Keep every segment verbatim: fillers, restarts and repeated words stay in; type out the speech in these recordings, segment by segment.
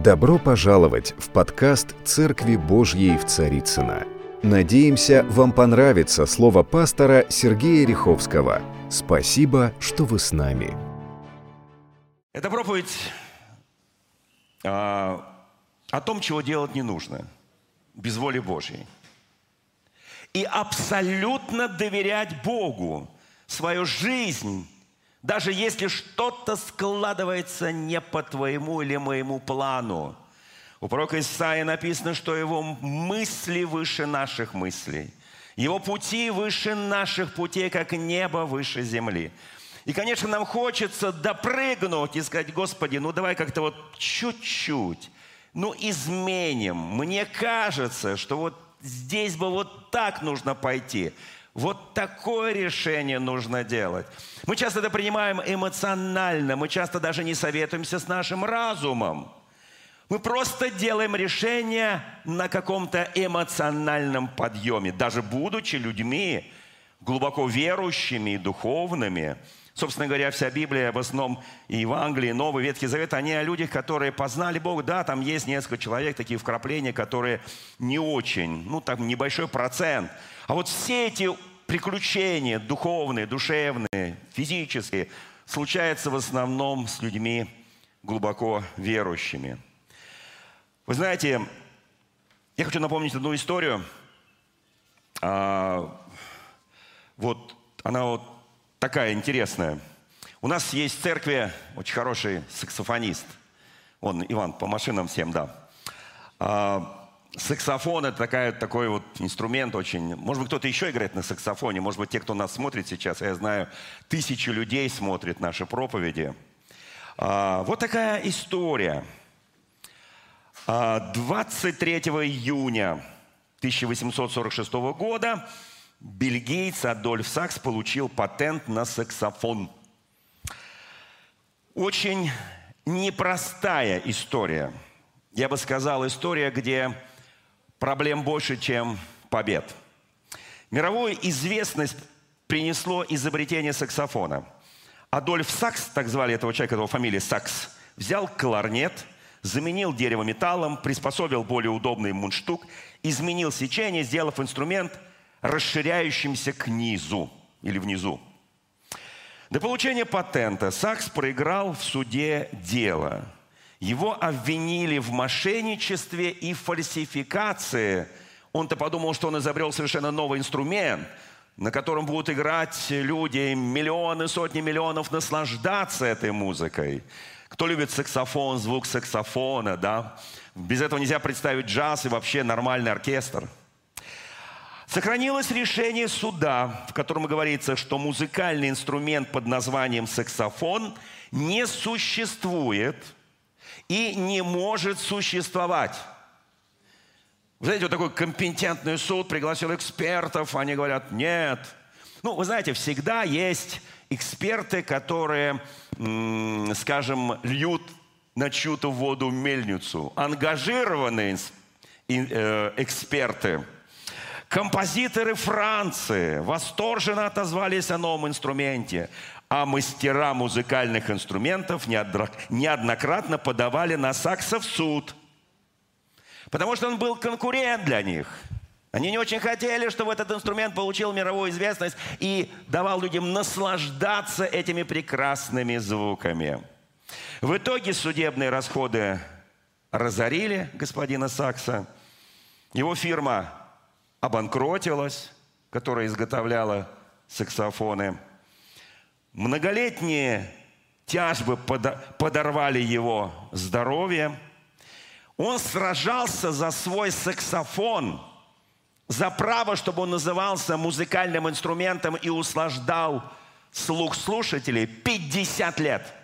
Добро пожаловать в подкаст «Церкви Божьей в Царицыно». Надеемся, вам понравится слово пастора Сергея Риховского. Спасибо, что вы с нами. Это проповедь а, о том, чего делать не нужно, без воли Божьей. И абсолютно доверять Богу свою жизнь, даже если что-то складывается не по твоему или моему плану. У пророка Исаии написано, что его мысли выше наших мыслей, его пути выше наших путей, как небо выше земли. И, конечно, нам хочется допрыгнуть и сказать: Господи, ну давай как-то вот чуть-чуть, ну изменим. Мне кажется, что вот здесь бы вот так нужно пойти. Вот такое решение нужно делать. Мы часто это принимаем эмоционально, мы часто даже не советуемся с нашим разумом. Мы просто делаем решение на каком-то эмоциональном подъеме, даже будучи людьми глубоко верующими и духовными. Собственно говоря, вся Библия, в основном и Евангелие, и Новый Ветхий Завет, они о людях, которые познали Бога. Да, там есть несколько человек, такие вкрапления, которые не очень, ну, там небольшой процент. А вот все эти приключения духовные, душевные, физические случаются в основном с людьми глубоко верующими. Вы знаете, я хочу напомнить одну историю. А, вот она вот такая интересная. У нас есть в церкви очень хороший саксофонист. Он, Иван, по машинам всем, да. А, Саксофон – это такая, такой вот инструмент очень… Может быть, кто-то еще играет на саксофоне. Может быть, те, кто нас смотрит сейчас, я знаю, тысячи людей смотрят наши проповеди. А, вот такая история. А, двадцать третьего июня тысяча восемьсот сорок шестого года бельгиец Адольф Сакс получил патент на саксофон. Очень непростая история. Я бы сказал, история, где проблем больше, чем побед. Мировую известность принесло изобретение саксофона. Адольф Сакс, так звали этого человека, его фамилия Сакс, взял кларнет, заменил дерево металлом, приспособил более удобный мундштук, изменил сечение, сделав инструмент расширяющимся к низу или внизу. До получения патента Сакс проиграл в суде дело. Его обвинили в мошенничестве и фальсификации. Он-то подумал, что он изобрел совершенно новый инструмент, на котором будут играть люди, миллионы, сотни миллионов, наслаждаться этой музыкой. Кто любит саксофон, звук саксофона, да? Без этого нельзя представить джаз и вообще нормальный оркестр. Сохранилось решение суда, в котором говорится, что музыкальный инструмент под названием саксофон не существует и не может существовать. Вы знаете, вот такой компетентный суд пригласил экспертов, они говорят: нет. Ну, вы знаете, всегда есть эксперты, которые, м- скажем, льют на чью-то воду мельницу. Ангажированные э- эксперты. Композиторы Франции восторженно отозвались о новом инструменте, а мастера музыкальных инструментов неоднократно подавали на Сакса в суд, потому что он был конкурент для них. Они не очень хотели, чтобы этот инструмент получил мировую известность и давал людям наслаждаться этими прекрасными звуками. В итоге судебные расходы разорили господина Сакса. Его фирма обанкротилась, которая изготовляла саксофоны. Многолетние тяжбы подорвали его здоровье. Он сражался за свой саксофон, за право, чтобы он назывался музыкальным инструментом и услаждал слух слушателей пятьдесят лет.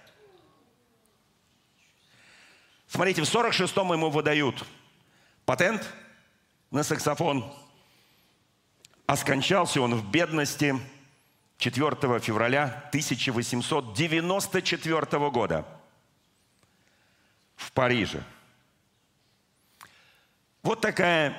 Смотрите, в сорок шестом ему выдают патент на саксофон. А скончался он в бедности четвёртого февраля тысяча восемьсот девяносто четвёртого года в Париже. Вот такая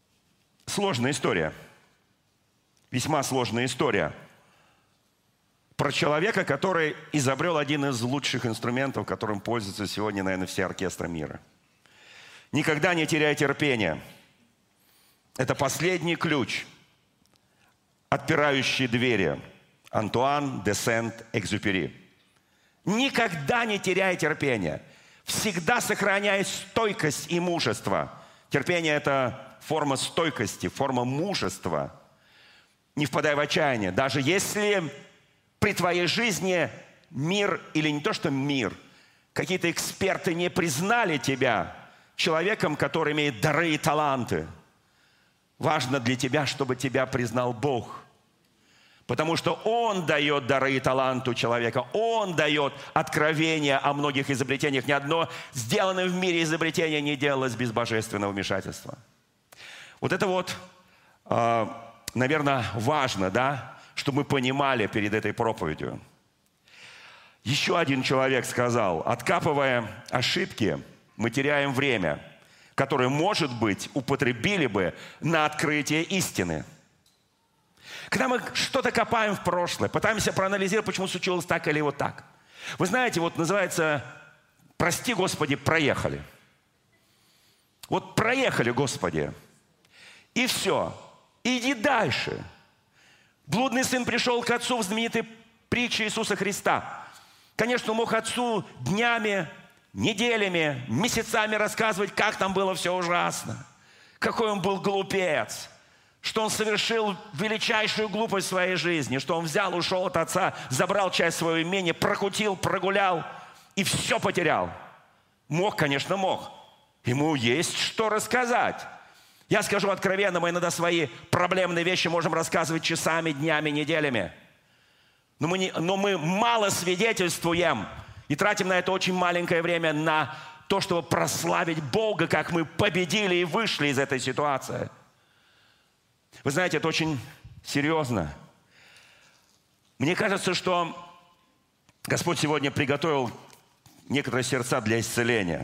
сложная история. Весьма сложная история. про человека, который изобрел один из лучших инструментов, которым пользуются сегодня, наверное, все оркестры мира. Никогда не теряй терпения. Это последний ключ, отпирающий двери. Антуан де Сент-Экзюпери. Никогда не теряй терпения. Всегда сохраняй стойкость и мужество. Терпение – это форма стойкости, форма мужества. Не впадай в отчаяние. Даже если при твоей жизни мир, или не то что мир, какие-то эксперты не признали тебя человеком, который имеет дары и таланты. Важно для тебя, чтобы тебя признал Бог. Потому что Он дает дары и таланты человека. Он дает откровение о многих изобретениях. Ни одно сделанное в мире изобретение не делалось без божественного вмешательства. Вот это вот, наверное, важно, да, чтобы мы понимали перед этой проповедью. Еще один человек сказал: откапывая ошибки, мы теряем время, которое, может быть, употребили бы на открытие истины. Когда мы что-то копаем в прошлое, пытаемся проанализировать, почему случилось так или вот так. Вы знаете, вот называется «Прости, Господи, проехали». Вот проехали, Господи, и все. Иди дальше. Блудный сын пришел к отцу в знаменитой притче Иисуса Христа. Конечно, он мог отцу днями, неделями, месяцами рассказывать, как там было все ужасно, какой он был глупец, что он совершил величайшую глупость в своей жизни, что он взял, ушел от отца, забрал часть своего имения, прокутил, прогулял и все потерял. Мог, конечно, мог. Ему есть что рассказать. Я скажу откровенно, мы иногда свои проблемные вещи можем рассказывать часами, днями, неделями. Но мы, не, но мы мало свидетельствуем и тратим на это очень маленькое время на то, чтобы прославить Бога, как мы победили и вышли из этой ситуации. Вы знаете, это очень серьезно. Мне кажется, что Господь сегодня приготовил некоторые сердца для исцеления.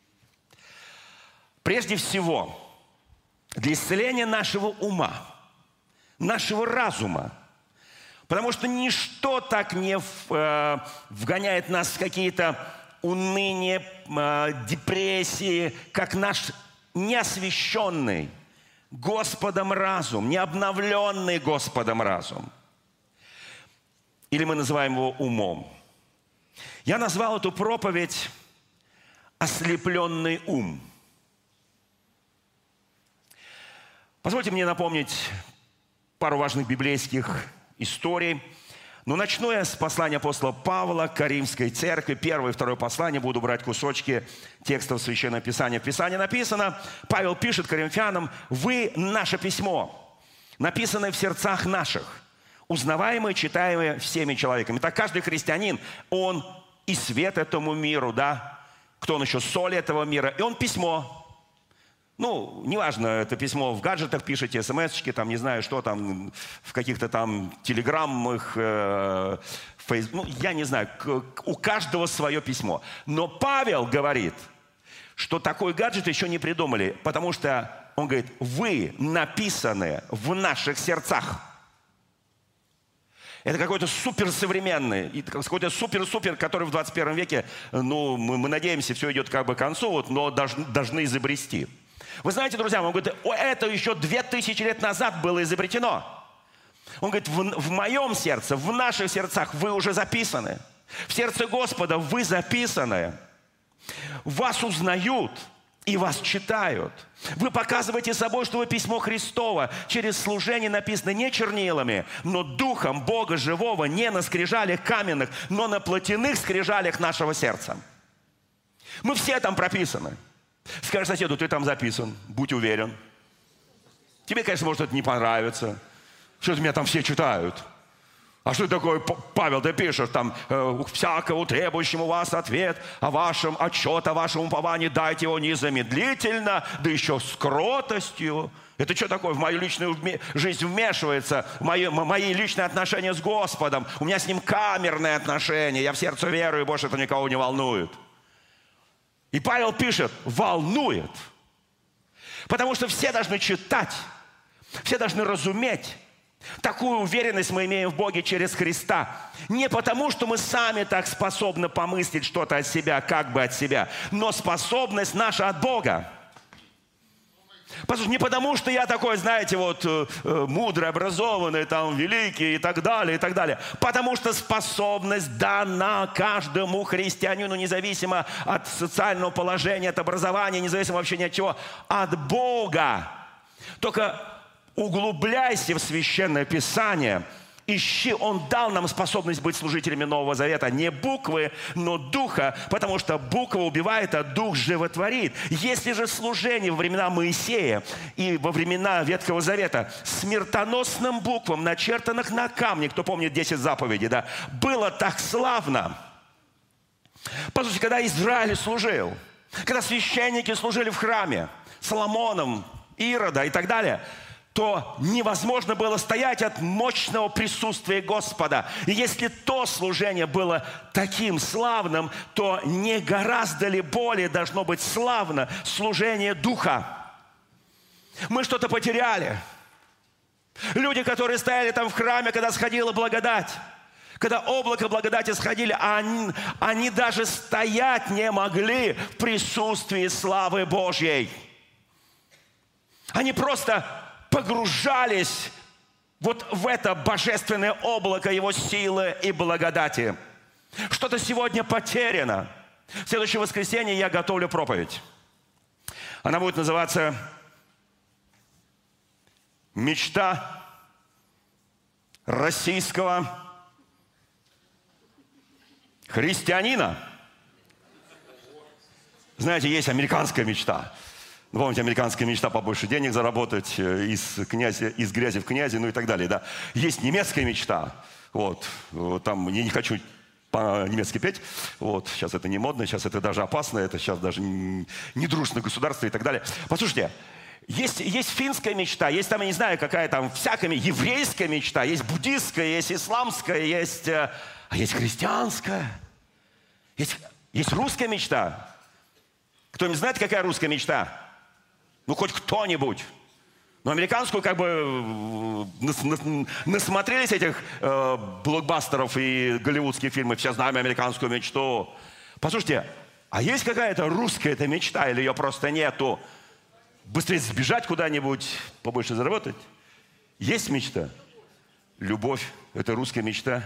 Прежде всего, для исцеления нашего ума, нашего разума. Потому что ничто так не э, вгоняет нас в какие-то уныния, э, депрессии, как наш неосвященный Господом разум, необновленный Господом разум. Или мы называем его умом. Я назвал эту проповедь «Ослепленный ум». Позвольте мне напомнить пару важных библейских историй. Но начну я с послания апостола Павла к Коринфской церкви. Первое и второе послание. Буду брать кусочки текстов Священного Писания. В Писании написано, Павел пишет коринфянам: «Вы наше письмо, написанное в сердцах наших, узнаваемое, читаемое всеми человеками». Итак, каждый христианин, он и свет этому миру, да? Кто он еще? Соль этого мира. И он письмо. Ну, неважно, это письмо в гаджетах пишете, смс-очки, там, не знаю, что там, в каких-то там телеграммах, э, фейс... ну, я не знаю, у каждого свое письмо. Но Павел говорит, что такой гаджет еще не придумали, потому что, он говорит, вы написаны в наших сердцах. Это какой-то суперсовременный, какой-то супер-супер, который в двадцать первом веке, ну, мы, мы надеемся, все идет как бы к концу, вот, но должны, должны изобрести. Вы знаете, друзья, он говорит, это еще две тысячи лет назад было изобретено. Он говорит, в, в моем сердце, в наших сердцах вы уже записаны. В сердце Господа вы записаны. Вас узнают и вас читают. Вы показываете собой, что вы письмо Христово. Через служение написано не чернилами, но духом Бога живого, не на скрижалях каменных, но на плотяных скрижалях нашего сердца. Мы все там прописаны. Скажи соседу, ты там записан, будь уверен. Тебе, конечно, может это не понравится. Что-то меня там все читают. А что такое, Павел, ты пишешь там, э, всякому требующему вас ответ о вашем, отчет о вашем уповании, дайте его незамедлительно, да еще с кротостью. Это что такое? В мою личную жизнь вмешивается, в мои, мои личные отношения с Господом. У меня с Ним камерные отношения, я в сердце верую, и больше это никого не волнует. И Павел пишет, волнует. Потому что все должны читать, все должны разуметь, Такую уверенность мы имеем в Боге через Христа. Не потому, что мы сами так способны помыслить что-то от себя, как бы от себя, но способность наша от Бога. Послушайте, не потому, что я такой, знаете, вот э, э, мудрый, образованный, там, великий и так далее, и так далее. Потому что способность дана каждому христианину, независимо от социального положения, от образования, независимо вообще ни от чего, от Бога. Только углубляйся в Священное Писание, ищи. Он дал нам способность быть служителями Нового Завета. Не буквы, но духа, потому что буква убивает, а дух животворит. Если же служение во времена Моисея и во времена Ветхого Завета смертоносным буквам, начертанных на камне, кто помнит десять заповедей, да, было так славно. Послушайте, когда Израиль служил, когда священники служили в храме, Соломоном, Ирода и так далее, то невозможно было стоять от мощного присутствия Господа. И если то служение было таким славным, то не гораздо ли более должно быть славно служение Духа? Мы что-то потеряли. Люди, которые стояли там в храме, когда сходила благодать, когда облако благодати сходили, они, они даже стоять не могли в присутствии славы Божьей. Они просто погружались вот в это божественное облако Его силы и благодати. Что-то сегодня потеряно. В следующее воскресенье я готовлю проповедь. Она будет называться «Мечта российского христианина». Знаете, есть американская мечта. Помните, американская мечта — побольше денег заработать, из, князя, из грязи в князи, ну и так далее. Да. Есть немецкая мечта. Вот. Там я не хочу по-немецки петь. Вот. Сейчас это не модно, сейчас это даже опасно, это сейчас даже недружественное государство и так далее. Послушайте, есть, есть финская мечта, есть там, я не знаю, какая там, всякая еврейская мечта, есть буддистская, есть исламская, есть, а есть христианская, есть, есть русская мечта. Кто-нибудь знает, какая русская мечта? Ну, хоть кто-нибудь. Но американскую как бы насмотрелись этих э, блокбастеров и голливудских фильмов. Все знаем американскую мечту. Послушайте, а есть какая-то русская эта мечта или ее просто нету? Быстрее сбежать куда-нибудь, побольше заработать? Есть мечта? Любовь – это русская мечта?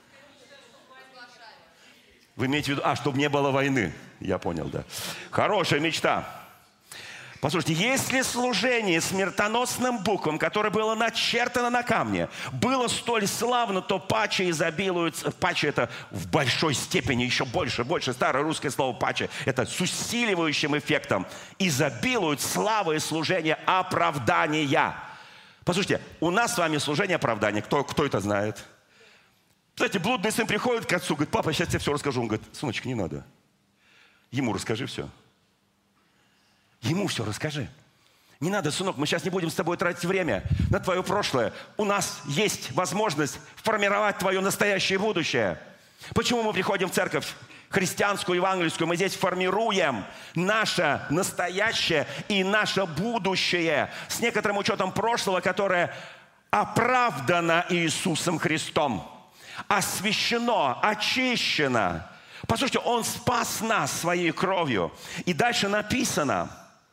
Вы имеете в виду, а, чтобы не было войны. Я понял, да. Хорошая мечта. Послушайте, если служение смертоносным буквам, которое было начертано на камне, было столь славно, то паче изобилует, паче это в большой степени, еще больше, больше. Старое русское слово паче, это с усиливающим эффектом. Изобилует слава и служение оправдания. Послушайте, у нас с вами служение оправдания. Кто, кто это знает? Кстати, блудный сын приходит к отцу, говорит: папа, сейчас тебе все расскажу. Он говорит: сыночка, не надо. Ему расскажи все. Ему все расскажи. Не надо, сынок, мы сейчас не будем с тобой тратить время на твое прошлое. У нас есть возможность формировать твое настоящее будущее. Почему мы приходим в церковь христианскую, евангельскую? Мы здесь формируем наше настоящее и наше будущее с некоторым учетом прошлого, которое оправдано Иисусом Христом, освящено, очищено. Послушайте, Он спас нас своей кровью. И дальше написано,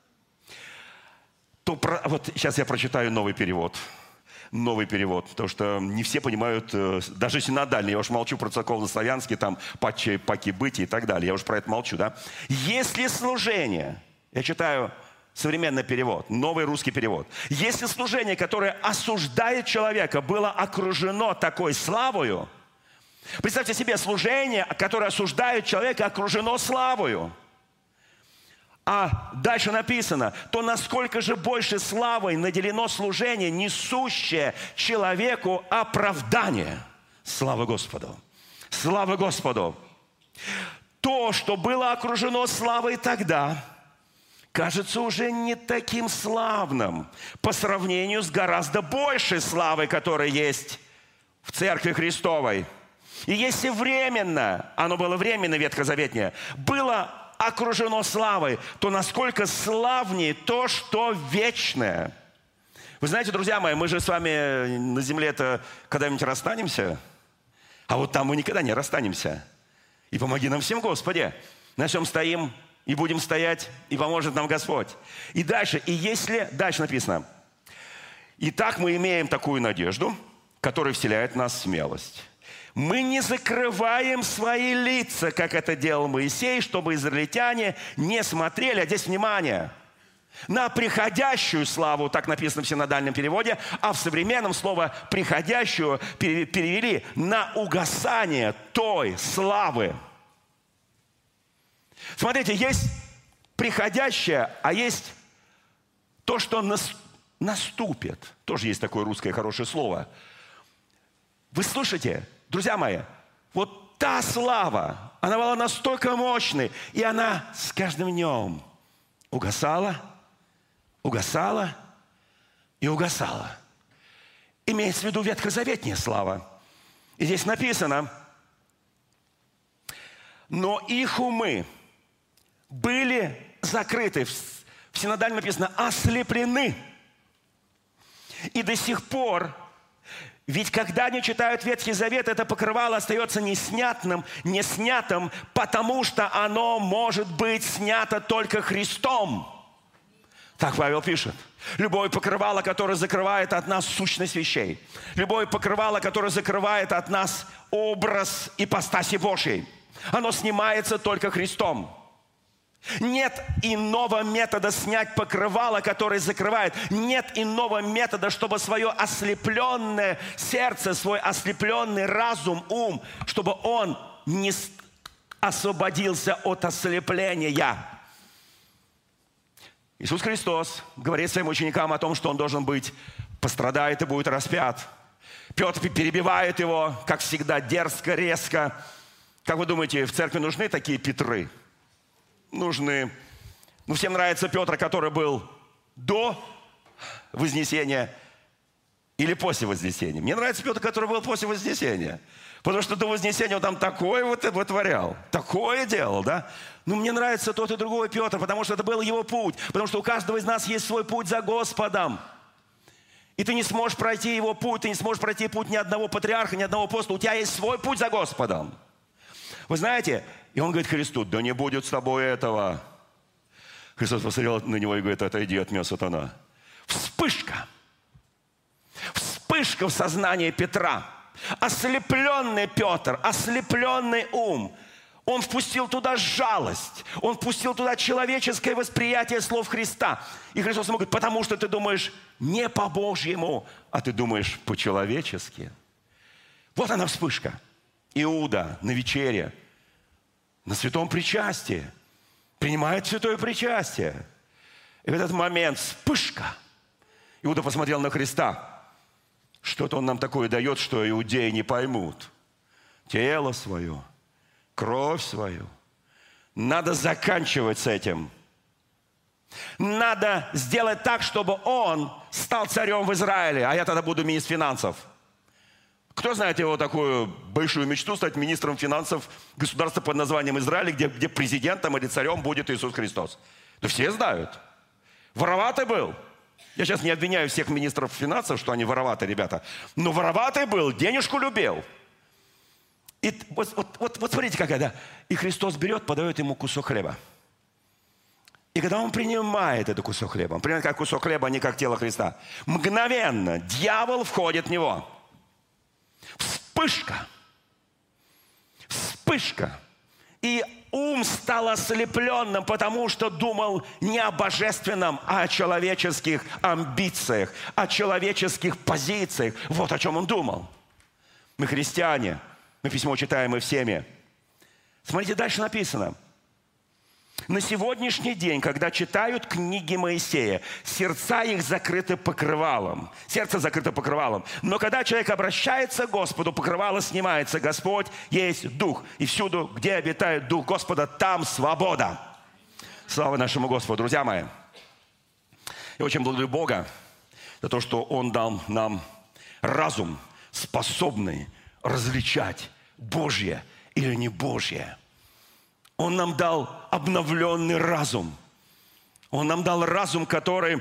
то про, вот сейчас я прочитаю новый перевод. Новый перевод, потому что не все понимают, даже синодальный, я уж молчу про церковно-славянский, там паче, паки, быти и так далее, я уж про это молчу, да? Если служение, я читаю современный перевод, новый русский перевод, если служение, которое осуждает человека, было окружено такой славою, представьте себе, служение, которое осуждает человека, окружено славою. А дальше написано, то насколько же больше славой наделено служение, несущее человеку оправдание. Слава Господу! Слава Господу! То, что было окружено славой тогда, кажется уже не таким славным по сравнению с гораздо большей славой, которая есть в Церкви Христовой. И если временно, оно было временно ветхозаветнее, было окружено славой, то насколько славнее то, что вечное. Вы знаете, друзья мои, мы же с вами на земле-то когда-нибудь расстанемся, а вот там мы никогда не расстанемся. И помоги нам всем, Господи. На чем стоим и будем стоять, и поможет нам Господь. И дальше, и если, дальше написано, итак, мы имеем такую надежду, которая вселяет в нас смелость. Мы не закрываем свои лица, как это делал Моисей, чтобы израильтяне не смотрели, а здесь внимание, на приходящую славу, так написано в синодальном переводе, а в современном слово «приходящую» перевели на угасание той славы. Смотрите, есть приходящее, а есть то, что наступит. Тоже есть такое русское хорошее слово. Вы слышите, друзья мои, вот та слава, она была настолько мощной, и она с каждым днем угасала, угасала и угасала. Имеется в виду ветхозаветная слава. И здесь написано, но их умы были закрыты, в синодальном написано, ослеплены. И до сих пор, ведь когда они читают Ветхий Завет, это покрывало остается неснятным, неснятым, потому что оно может быть снято только Христом. Так Павел пишет. Любое покрывало, которое закрывает от нас сущность вещей. Любое покрывало, которое закрывает от нас образ ипостаси Божьей. Оно снимается только Христом. Нет иного метода снять покрывало, которое закрывает. Нет иного метода, чтобы свое ослепленное сердце, свой ослепленный разум, ум, чтобы он не освободился от ослепления. Иисус Христос говорит своим ученикам о том, что Он должен быть, пострадает и будет распят. Петр перебивает его, как всегда, дерзко, резко. Как вы думаете, в церкви нужны такие Петры? Нужны. Ну, всем нравится Петр, который был до Вознесения или после Вознесения. Мне нравится Петр, который был после Вознесения. Потому что до Вознесения он там такое вот вытворял, такое делал, да? Ну, мне нравится тот и другой Петр, потому что это был его путь. Потому что у каждого из нас есть свой путь за Господом. И ты не сможешь пройти его путь, ты не сможешь пройти путь ни одного патриарха, ни одного апостола. У тебя есть свой путь за Господом. Вы знаете, и он говорит Христу, да не будет с тобой этого. Христос посмотрел на него и говорит, отойди от меня, сатана. Вспышка. Вспышка в сознании Петра. Ослепленный Петр, ослепленный ум. Он впустил туда жалость. Он впустил туда человеческое восприятие слов Христа. И Христос ему говорит, потому что ты думаешь не по-божьему, а ты думаешь по-человечески. Вот она вспышка. Иуда на вечере, на святом причастии, принимает святое причастие. И в этот момент вспышка. Иуда посмотрел на Христа. Что-то он нам такое дает, что иудеи не поймут. Тело свое, кровь свою. Надо заканчивать с этим. Надо сделать так, чтобы он стал царем в Израиле, а я тогда буду министр финансов. Кто знает его такую большую мечту стать министром финансов государства под названием Израиль, где, где президентом или царем будет Иисус Христос? Да все знают. Вороватый был. Я сейчас не обвиняю всех министров финансов, что они вороватые ребята. Но вороватый был, денежку любил. И вот, вот, вот, вот смотрите, какая, да. И Христос берет, подает ему кусок хлеба. И когда он принимает этот кусок хлеба, он принимает как кусок хлеба, а не как тело Христа, мгновенно дьявол входит в него. Вспышка. Вспышка. И ум стал ослепленным, потому что думал не о божественном, а о человеческих амбициях, о человеческих позициях. Вот о чем он думал. Мы христиане. Мы письмо читаем и всеми. Смотрите, дальше написано. На сегодняшний день, когда читают книги Моисея, сердца их закрыты покрывалом. Сердце закрыто покрывалом. Но когда человек обращается к Господу, покрывало снимается. Господь есть Дух. И всюду, где обитает Дух Господа, там свобода. Слава нашему Господу. Друзья мои, я очень благодарю Бога за то, что Он дал нам разум, способный различать Божье или не Божье. Он нам дал обновленный разум. Он нам дал разум, который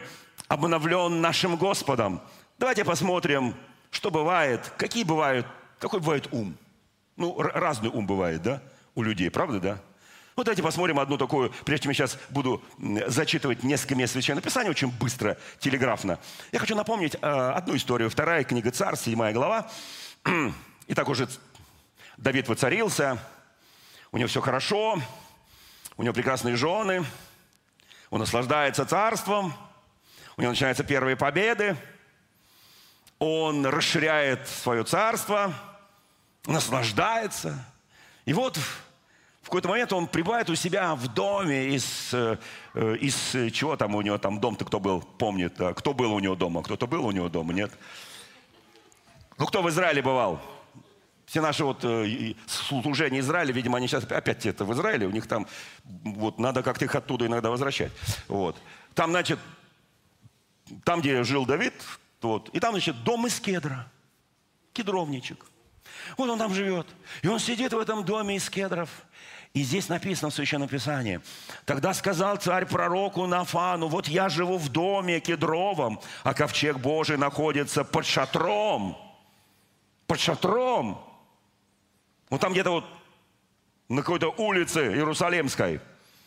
обновлен нашим Господом. Давайте посмотрим, что бывает, какие бывают, какой бывает ум. Ну, разный ум бывает, да, у людей, правда, да? Вот давайте посмотрим одну такую, прежде чем я сейчас буду зачитывать несколько мест Священного Писания, очень быстро, телеграфно. Я хочу напомнить э, одну историю. Вторая книга Царств, седьмая глава. Итак, уже Давид воцарился, у него все хорошо, у него прекрасные жены, он наслаждается царством, у него начинаются первые победы, он расширяет свое царство, наслаждается. И вот в какой-то момент он прибывает у себя в доме из, из чего там у него там дом-то кто был, помнит, да? Кто был у него дома? Кто-то был у него дома, нет? Ну, кто в Израиле бывал? Все наши вот э, служения Израиля, видимо, они сейчас опять это в Израиле, у них там, вот, надо как-то их оттуда иногда возвращать. Вот. Там, значит, там, где жил Давид, вот, и там, значит, дом из кедра, кедровничек. Вот он там живет. И он сидит в этом доме из кедров. И здесь написано в Священном Писании. Тогда сказал царь пророку Нафану: вот я живу в доме кедровом, а ковчег Божий находится под шатром. Под шатром. Вот там где-то вот на какой-то улице Иерусалимской.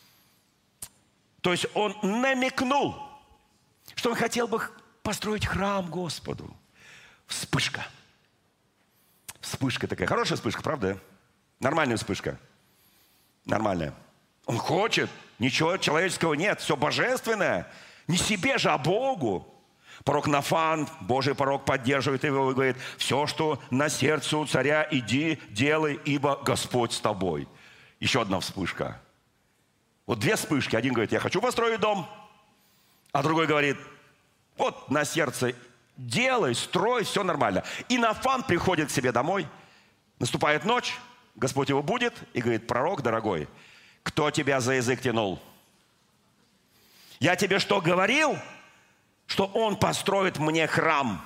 То есть он намекнул, что он хотел бы построить храм Господу. Вспышка. Вспышка такая. Хорошая вспышка, правда? Нормальная вспышка. Нормальная. Он хочет. Ничего человеческого нет. Все божественное. Не себе же, а Богу. Пророк Нафан, Божий пророк, поддерживает его и говорит: все, что на сердце у царя, иди, делай, ибо Господь с тобой. Еще одна вспышка. Вот две вспышки. Один говорит: я хочу построить дом. А другой говорит: вот на сердце делай, строй, все нормально. И Нафан приходит к себе домой. Наступает ночь, Господь его будет и говорит: пророк дорогой, кто тебя за язык тянул? Я тебе что говорил? Что он построит мне храм.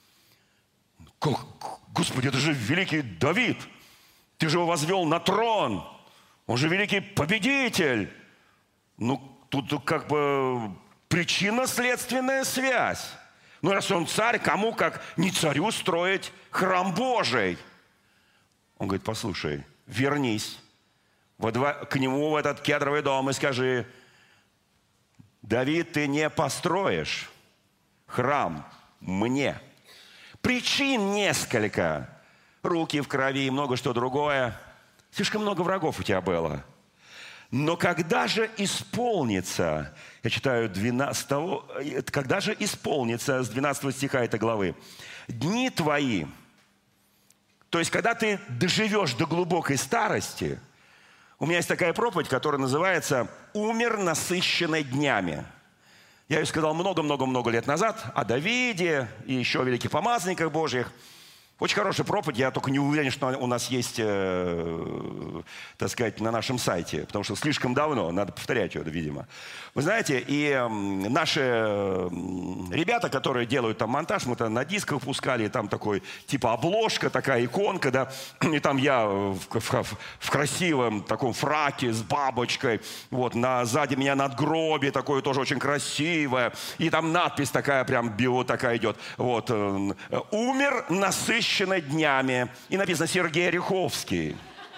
Господи, это же великий Давид. Ты же его возвел на трон. Он же великий победитель. Ну, тут как бы причинно-следственная связь. Ну, раз он царь, кому как не царю строить храм Божий? Он говорит: послушай, вернись к нему в этот кедровый дом и скажи: Давид, ты не построишь храм мне. Причин несколько. Руки в крови и много что другое. Слишком много врагов у тебя было. Но когда же исполнится, я читаю двенадцатого, когда же исполнится с двенадцатого стиха этой главы, дни твои, то есть когда ты доживешь до глубокой старости, у меня есть такая проповедь, которая называется «Умер, насыщенный днями». Я ее сказал много-много-много лет назад о Давиде и еще о великих помазанниках Божьих. Очень хорошая проповедь, я только не уверен, что у нас есть, э, так сказать, на нашем сайте, потому что слишком давно, надо повторять ее, видимо. Вы знаете, и э, наши э, ребята, которые делают там монтаж, мы там на дисках пускали, и там такой, типа обложка, такая иконка, да, и там я в, в, в красивом таком фраке с бабочкой, вот, на, сзади меня надгробие такое тоже очень красивое, и там надпись такая, прям био такая идет, вот, э, «Умер, насыщенный днями». И написано Сергей Риховский.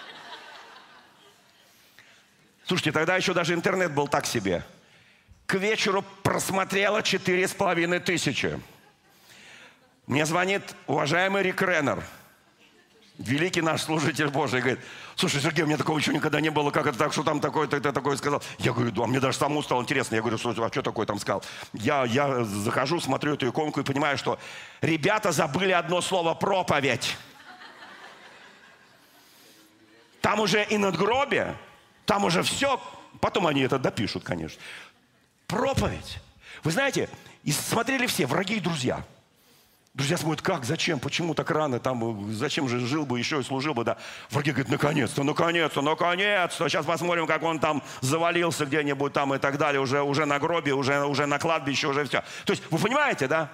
Слушайте, тогда еще даже интернет был так себе. К вечеру просмотрело четыре с половиной тысячи. Мне звонит уважаемый Рик Реннер, великий наш служитель Божий, говорит: слушай, Сергей, у меня такого еще никогда не было, как это так, что там такое-то, ты такое сказал. Я говорю: да, мне даже самому стало интересно. Я говорю: слушай, а что такое там сказал? Я, я захожу, смотрю эту иконку и понимаю, что ребята забыли одно слово: проповедь. Там уже и надгробие, там уже все. Потом они это допишут, конечно. Проповедь. Вы знаете, и смотрели все, враги и друзья. Друзья смотрят: как, зачем, почему так рано, там, зачем же жил бы еще и служил бы, да. Враги говорят: наконец-то, наконец-то, наконец-то, сейчас посмотрим, как он там завалился где-нибудь там и так далее, уже, уже на гробе, уже, уже на кладбище, уже все. То есть, вы понимаете, да?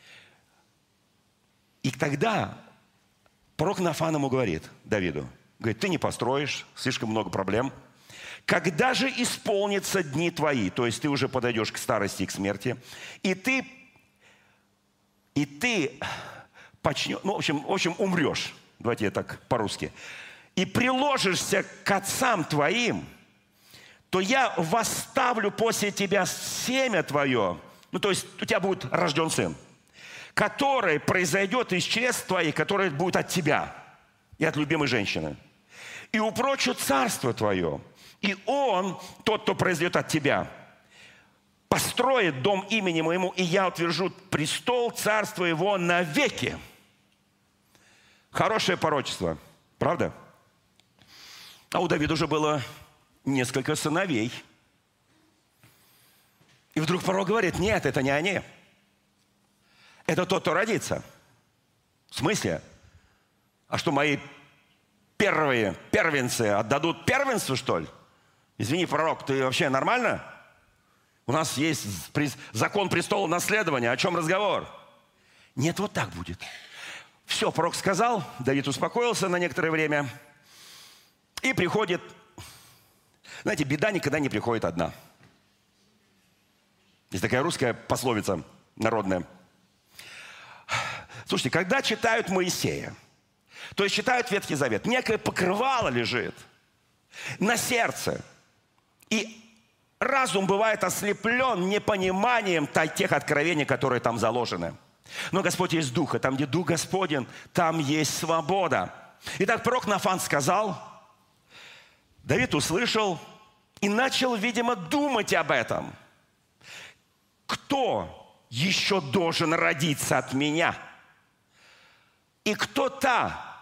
И тогда пророк Нафан ему говорит, Давиду, говорит: ты не построишь, слишком много проблем. Когда же исполнятся дни твои, то есть ты уже подойдешь к старости и к смерти, и ты, и ты почнешь, ну, в общем, в общем, умрешь, давайте я так по-русски, и приложишься к отцам твоим, то я восставлю после тебя семя твое, ну, то есть у тебя будет рожден сын, который произойдет из чресл твоих, который будет от тебя и от любимой женщины. И упрочу царство твое, и он, тот, кто произойдет от тебя, построит дом имени моему, и я утвержу престол царства его навеки. Хорошее пророчество, правда? А у Давида уже было несколько сыновей. И вдруг пророк говорит: нет, это не они. Это тот, кто родится. В смысле? А что, мои первые первенцы отдадут первенство, что ли? Извини, пророк, ты вообще нормально? У нас есть закон престола наследования. О чем разговор? Нет, вот так будет. Все, пророк сказал, Давид успокоился на некоторое время. И приходит... Знаете, беда никогда не приходит одна. Есть такая русская пословица народная. Слушайте, когда читают Моисея, то есть читают Ветхий Завет, некое покрывало лежит на сердце. И разум бывает ослеплен непониманием тех откровений, которые там заложены. Но Господь есть Дух, и там, где Дух Господень, там есть свобода. Итак, пророк Нафан сказал, Давид услышал и начал, видимо, думать об этом. Кто еще должен родиться от меня? И кто та,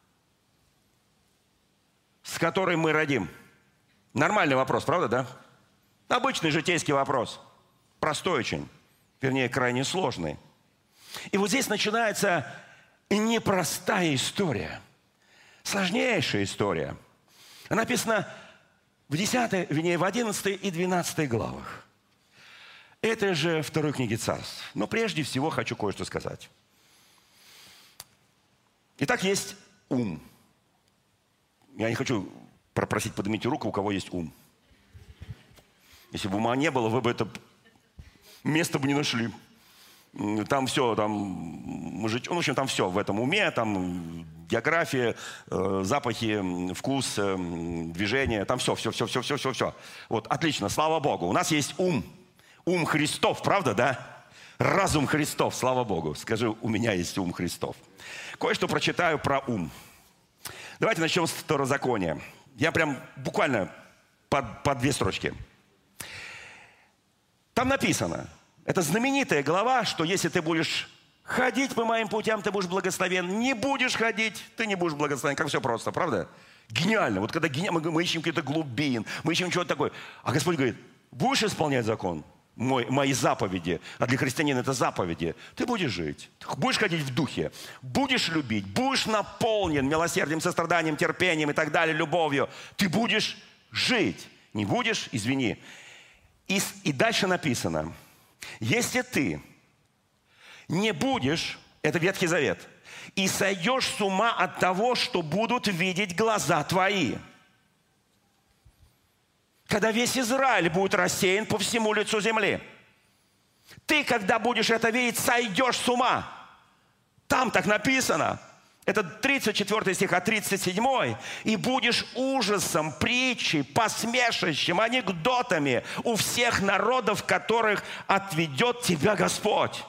с которой мы родим? Нормальный вопрос, правда, да? Обычный житейский вопрос. Простой очень. Вернее, крайне сложный. И вот здесь начинается непростая история. Сложнейшая история. Она написана в десятой, вернее, в одиннадцатой и двенадцатой главах. Это же второй книги Царств. Но прежде всего хочу кое-что сказать. Итак, есть ум. Я не хочу попросить поднимите руку, у кого есть ум. Если бы ума не было, вы бы это место бы не нашли. Там все, там мужич, ну, в общем, там все в этом уме, там география, э, запахи, вкус, э, движение, там все, все, все, все, все, все, все. Вот, отлично, слава Богу. У нас есть ум. Ум Христов, правда, да? Разум Христов, слава Богу. Скажи, у меня есть ум Христов. Кое-что прочитаю про ум. Давайте начнем с Второзакония. Я прям буквально под, под две строчки. Там написано, это знаменитая глава, что если ты будешь ходить по моим путям, ты будешь благословен. Не будешь ходить, ты не будешь благословен. Как все просто, правда? Гениально. Вот когда гениально, мы, мы ищем какие-то глубин, мы ищем чего-то такое. А Господь говорит, будешь исполнять закон, мой, мои заповеди, а для христианина это заповеди, ты будешь жить. Будешь ходить в духе, будешь любить, будешь наполнен милосердием, состраданием, терпением и так далее, любовью. Ты будешь жить. Не будешь, извини. И, и дальше написано, если ты не будешь, это Ветхий Завет, и сойдешь с ума от того, что будут видеть глаза твои. Когда весь Израиль будет рассеян по всему лицу земли. Ты, когда будешь это видеть, сойдешь с ума. Там так написано. Это тридцать четвёртый стих, а тридцать седьмой. И будешь ужасом, притчей, посмешищем, анекдотами у всех народов, которых отведет тебя Господь.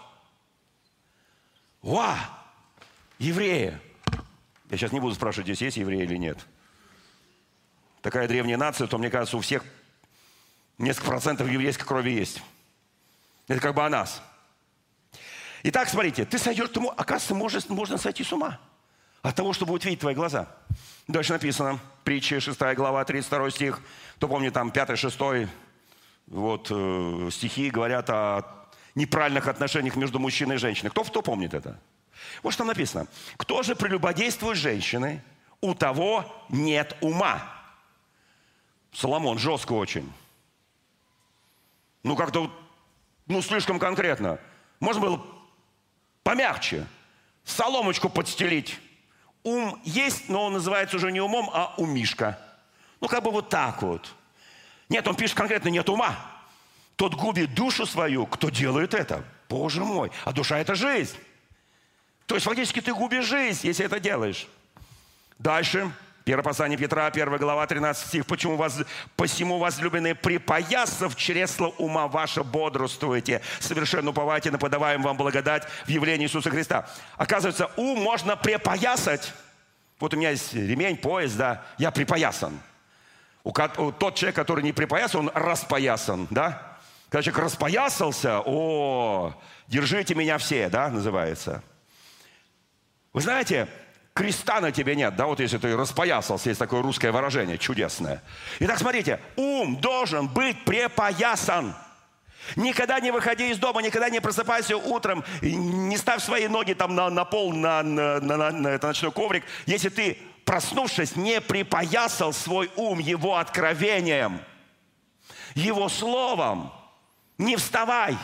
Ва! Евреи. Я сейчас не буду спрашивать, здесь есть евреи или нет. Такая древняя нация, то, мне кажется, у всех несколько процентов еврейской крови есть. Это как бы о нас. Итак, смотрите, ты сойдешь, тому, оказывается, можно, можно сойти с ума от того, что будут видеть твои глаза. Дальше написано, притча, шестая глава, тридцать второй стих. Кто помнит, там пятый, шестой вот, э, стихи говорят о неправильных отношениях между мужчиной и женщиной. Кто, кто помнит это? Вот что там написано. Кто же прелюбодействует с женщиной, у того нет ума. Соломон, жестко очень. Ну, как-то, ну, слишком конкретно. Можно было помягче. Соломочку подстелить. Ум есть, но он называется уже не умом, а умишка. Ну, как бы вот так вот. Нет, он пишет конкретно, нет ума. Тот губит душу свою, кто делает это. Боже мой, а душа – это жизнь. То есть фактически ты губишь жизнь, если это делаешь. Дальше. Первое послание Петра, первая глава, тринадцатый стих. «Почему вас, посему, возлюбленные, припоясав чресло ума ваше, бодрствуйте, совершенно уповайте на подаваем вам благодать в явлении Иисуса Христа». Оказывается, ум можно припоясать. Вот у меня есть ремень, пояс, да, я припоясан. У, у, тот человек, который не припоясан, он распоясан, да. Когда человек распоясался, о, держите меня все, да, называется. Вы знаете, креста на тебе нет, да, вот если ты распоясался, есть такое русское выражение, чудесное. Итак, смотрите, ум должен быть припоясан. Никогда не выходи из дома, никогда не просыпайся утром, не ставь свои ноги там на, на пол, на, на, на, на этот ночной коврик, если ты, проснувшись, не припоясал свой ум его откровением, его словом. Не вставай.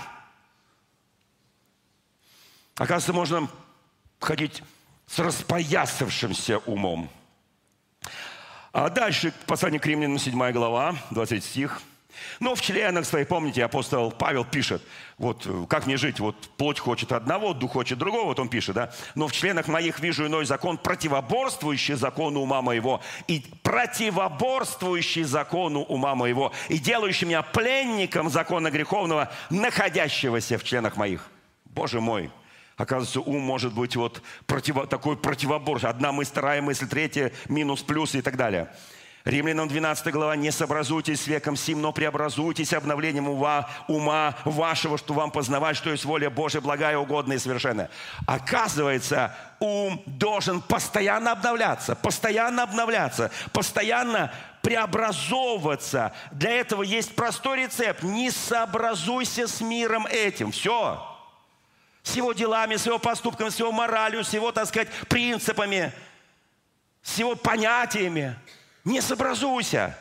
Оказывается, можно ходить с распоясавшимся умом. А дальше послание к Римлянам, седьмая глава, двадцать третий стих. Но в членах своих, помните, апостол Павел пишет, вот как мне жить, вот плоть хочет одного, дух хочет другого, вот он пишет, да. Но в членах моих вижу иной закон, противоборствующий закону ума моего, и противоборствующий закону ума моего, и делающий меня пленником закона греховного, находящегося в членах моих. Боже мой! Оказывается, ум может быть вот противо, такой противобор. Одна мысль, вторая мысль, третья, минус, плюс и так далее. Римлянам двенадцатая глава. «Не сообразуйтесь с веком сим, но преобразуйтесь обновлением ума, ума вашего, что вам познавать, что есть воля Божия, благая, угодная и совершенная». Оказывается, ум должен постоянно обновляться, постоянно обновляться, постоянно преобразовываться. Для этого есть простой рецепт. Не сообразуйся с миром этим. Все. С его делами, с его поступками, с его моралью, с его, так сказать, принципами, с его понятиями. Не сообразуйся.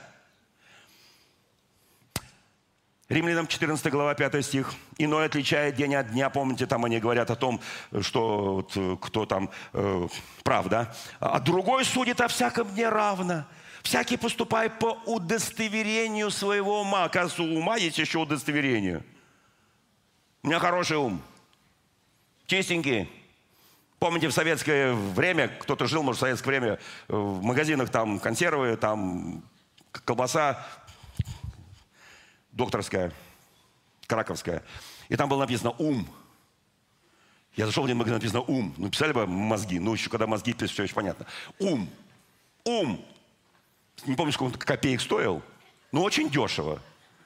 Римлянам четырнадцатая глава, пятый стих. «Иной отличает день от дня». Помните, там они говорят о том, что вот, кто там э, прав, да? «А другой судит о всяком дне равно. Всякий поступает по удостоверению своего ума». Оказывается, у ума есть еще удостоверение. У меня хороший ум. Чистенький. Помните, в советское время, кто-то жил, может, в советское время, в магазинах там консервы, там колбаса докторская, краковская. И там было написано «ум». Я зашел в один магазин, написано «ум». Ну, писали бы мозги. Ну, еще когда мозги пишут, все очень понятно. Ум. Ум. Не помню, сколько он копеек стоил. Но очень дешево.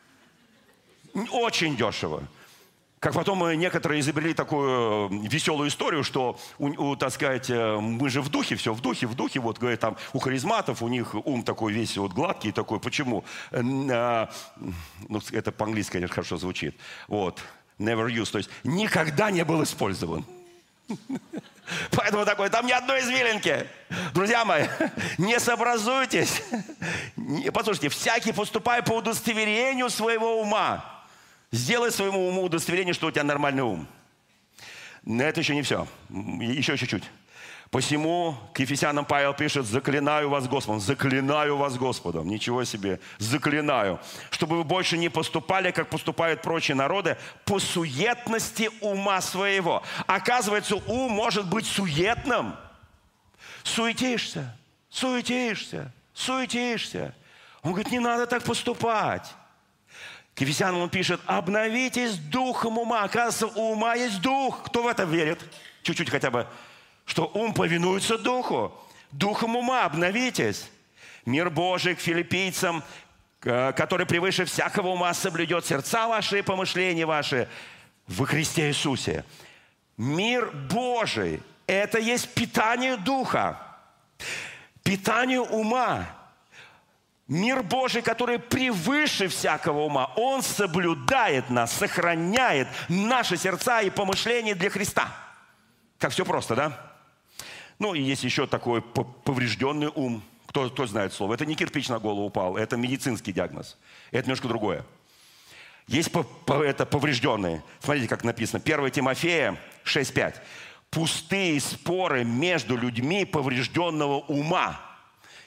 Очень дешево. Как потом некоторые изобрели такую веселую историю, что, у, у, так сказать, мы же в духе, все в духе, в духе, вот, говорят, там, у харизматов, у них ум такой весь вот гладкий, такой, почему? Ну, это по-английски, конечно, хорошо звучит. Вот, never used, то есть никогда не был использован. Поэтому такой, там ни одной извилинки. Друзья мои, не сообразуйтесь. Послушайте, всякий поступает по удостоверению своего ума. Сделай своему уму удостоверение, что у тебя нормальный ум. Но это еще не все. Еще чуть-чуть. Посему к Ефесянам Павел пишет: «Заклинаю вас Господом». Заклинаю вас Господом. Ничего себе. Заклинаю. Чтобы вы больше не поступали, как поступают прочие народы, по суетности ума своего. Оказывается, ум может быть суетным. Суетишься, суетишься, суетишься. Он говорит, не надо так поступать. К Ефесянам он пишет: обновитесь духом ума. Оказывается, у ума есть дух. Кто в это верит? Чуть-чуть хотя бы. Что ум повинуется духу. Духом ума обновитесь. Мир Божий к филиппийцам, который превыше всякого ума соблюдет сердца ваши и помышления ваши во Христе Иисусе. Мир Божий – это есть питание духа, питание ума. Мир Божий, который превыше всякого ума, он соблюдает нас, сохраняет наши сердца и помышления для Христа. Как все просто, да? Ну, и есть еще такой поврежденный ум. Кто, кто знает слово? Это не кирпич на голову упал, это медицинский диагноз. Это немножко другое. Есть это поврежденные. Смотрите, как написано. первое Тимофея шесть пять. Пустые споры между людьми поврежденного ума.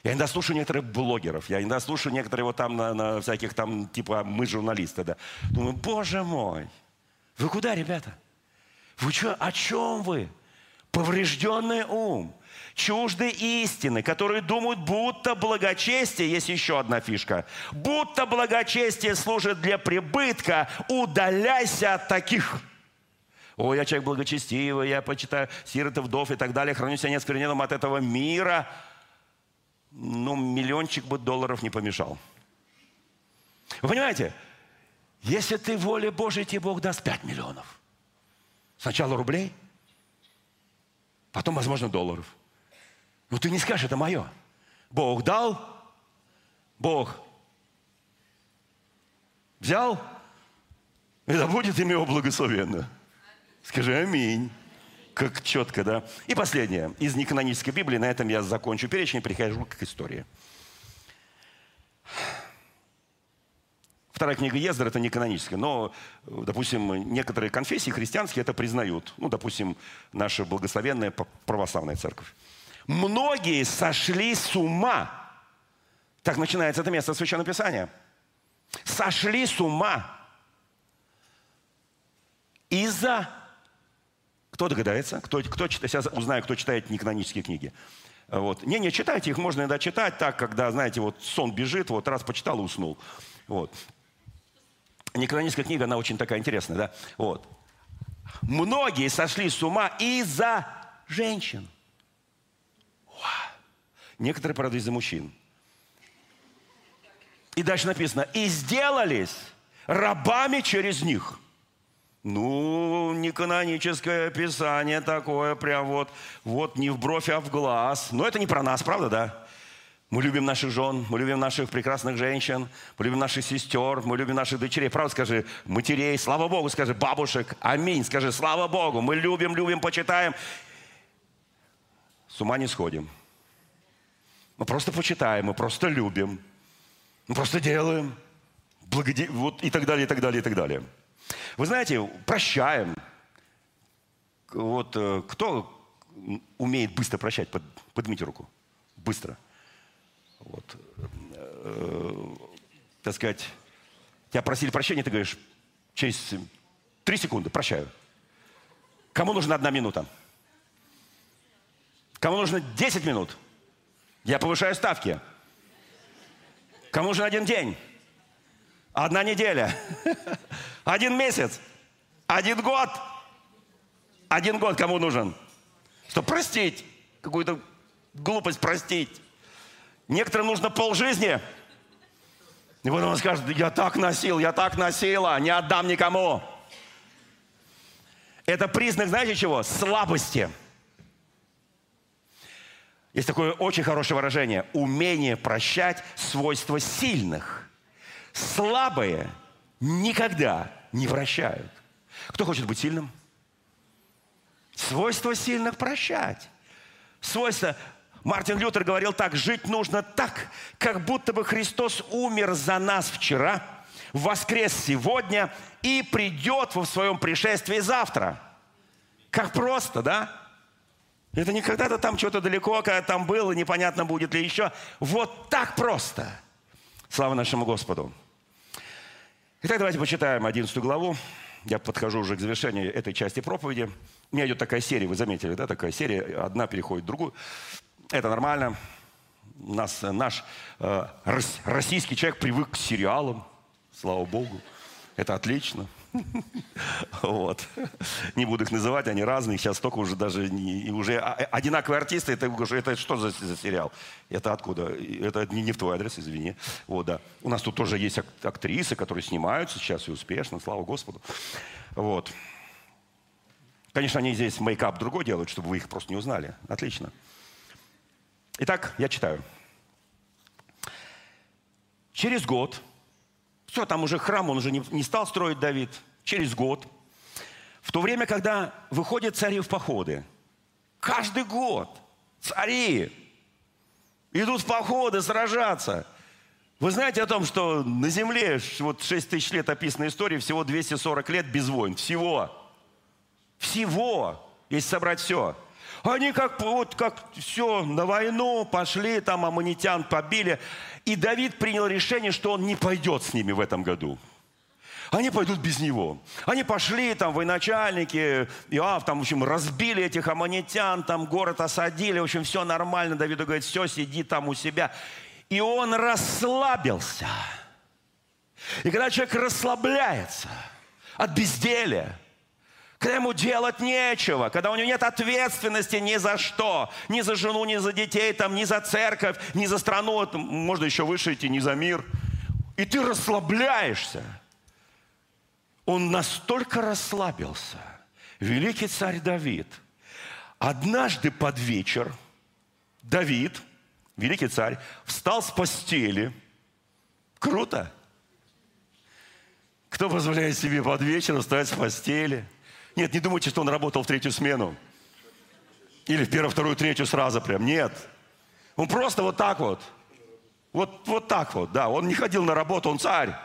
Я иногда слушаю некоторых блогеров, я иногда слушаю некоторые вот там на, на всяких там, типа, мы журналисты, да. Думаю, боже мой, вы куда, ребята? Вы что, о чем вы? Поврежденный ум, чужды истины, которые думают, будто благочестие, есть еще одна фишка, будто благочестие служит для прибытка, удаляйся от таких. Ой, я человек благочестивый, я почитаю сирот и вдов и так далее, храню себя неоскверненным от этого мира. Ну, миллиончик бы долларов не помешал. Вы понимаете, если ты воле Божией, тебе Бог даст пять миллионов. Сначала рублей, потом, возможно, долларов. Но ты не скажешь, это мое. Бог дал, Бог взял, и да будет имя его благословенно. Скажи аминь. Как четко, да? И последнее. Из неканонической Библии, на этом я закончу перечень, перехожу к истории. Вторая книга Ездра – это не каноническая, но, допустим, некоторые конфессии христианские это признают. Ну, допустим, наша благословенная православная церковь. Многие сошли с ума. Так начинается это место Священного Писания. Сошли с ума из-за... Кто догадается? Кто, кто, сейчас узнаю, кто читает неканонические книги. Вот. Не, не читайте их, можно иногда читать так, когда, знаете, вот сон бежит, вот раз почитал и уснул. Вот. Неканоническая книга, она очень такая интересная, да? Вот. Многие сошли с ума из-за женщин. Уа. Некоторые, правда, из-за мужчин. И дальше написано, и сделались рабами через них. Ну, неканоническое писание такое, прям вот, вот не в бровь, а в глаз. Но это не про нас, правда, да? Мы любим наших жен, мы любим наших прекрасных женщин, мы любим наших сестер, мы любим наших дочерей. Правда, скажи, матерей, слава Богу, скажи, бабушек, аминь, скажи, слава Богу. Мы любим, любим, почитаем. С ума не сходим. Мы просто почитаем, мы просто любим. Мы просто делаем. Благоде... Вот и так далее, и так далее, и так далее. Вы знаете, прощаем. Вот кто умеет быстро прощать? Под, поднимите руку. Быстро. Вот. Э, так сказать, тебя просили прощения, ты говоришь, через три секунды прощаю. Кому нужна одна минута? Кому нужно десять минут? Я повышаю ставки. Кому нужен один день? Одна неделя? Один месяц? Один год? Один год кому нужен? Чтобы простить. Какую-то глупость простить. Некоторым нужно полжизни. И потом он скажет, я так носил, я так носила, не отдам никому. Это признак, знаете чего? Слабости. Есть такое очень хорошее выражение. Умение прощать – свойство сильных. Слабые никогда не прощают. Кто хочет быть сильным? Свойство сильных – прощать. Свойство... Мартин Лютер говорил так, жить нужно так, как будто бы Христос умер за нас вчера, воскрес сегодня и придет в своем пришествии завтра. Как просто, да? Это не когда-то там что-то далеко, когда там было, непонятно будет ли еще. Вот так просто. Слава нашему Господу. Итак, давайте почитаем одиннадцатую главу. Я подхожу уже к завершению этой части проповеди. У меня идет такая серия, вы заметили, да, такая серия, одна переходит в другую. Это нормально. У нас, наш э, российский человек привык к сериалам, слава Богу. Это отлично. Вот. Не буду их называть, они разные. Сейчас столько уже даже не, уже одинаковые артисты. Это, это что за, за сериал? Это откуда? Это не, не в твой адрес, извини. Вот, да. У нас тут тоже есть актрисы, которые снимаются сейчас и успешно, слава Господу. Вот. Конечно, они здесь мейкап другой делают, чтобы вы их просто не узнали. Отлично. Итак, я читаю. Через год, все, там уже храм, он уже не, не стал строить Давид. Через год, в то время, когда выходят цари в походы, каждый год цари идут в походы сражаться. Вы знаете о том, что на земле вот шесть тысяч лет описанной истории, всего двести сорок лет без войн. Всего. Всего, если собрать все. Они как, вот, как все, на войну пошли, там аммонитян побили. И Давид принял решение, что он не пойдет с ними в этом году. Они пойдут без него. Они пошли, там, военачальники, Иоав, там, в общем, разбили этих аммонитян, там, город осадили, в общем, все нормально. Давид говорит, все, сиди там у себя. И он расслабился. И когда человек расслабляется от безделия, когда ему делать нечего, когда у него нет ответственности ни за что, ни за жену, ни за детей, там, ни за церковь, ни за страну, там, можно еще выше идти, ни за мир, и ты расслабляешься. Он настолько расслабился, великий царь Давид. Однажды под вечер Давид, великий царь, встал с постели. Круто! Кто позволяет себе под вечер встать с постели? Нет, не думайте, что он работал в третью смену. Или в первую, вторую, третью сразу прям. Нет. Он просто вот так вот. Вот, вот так вот, да. Он не ходил на работу, он царь.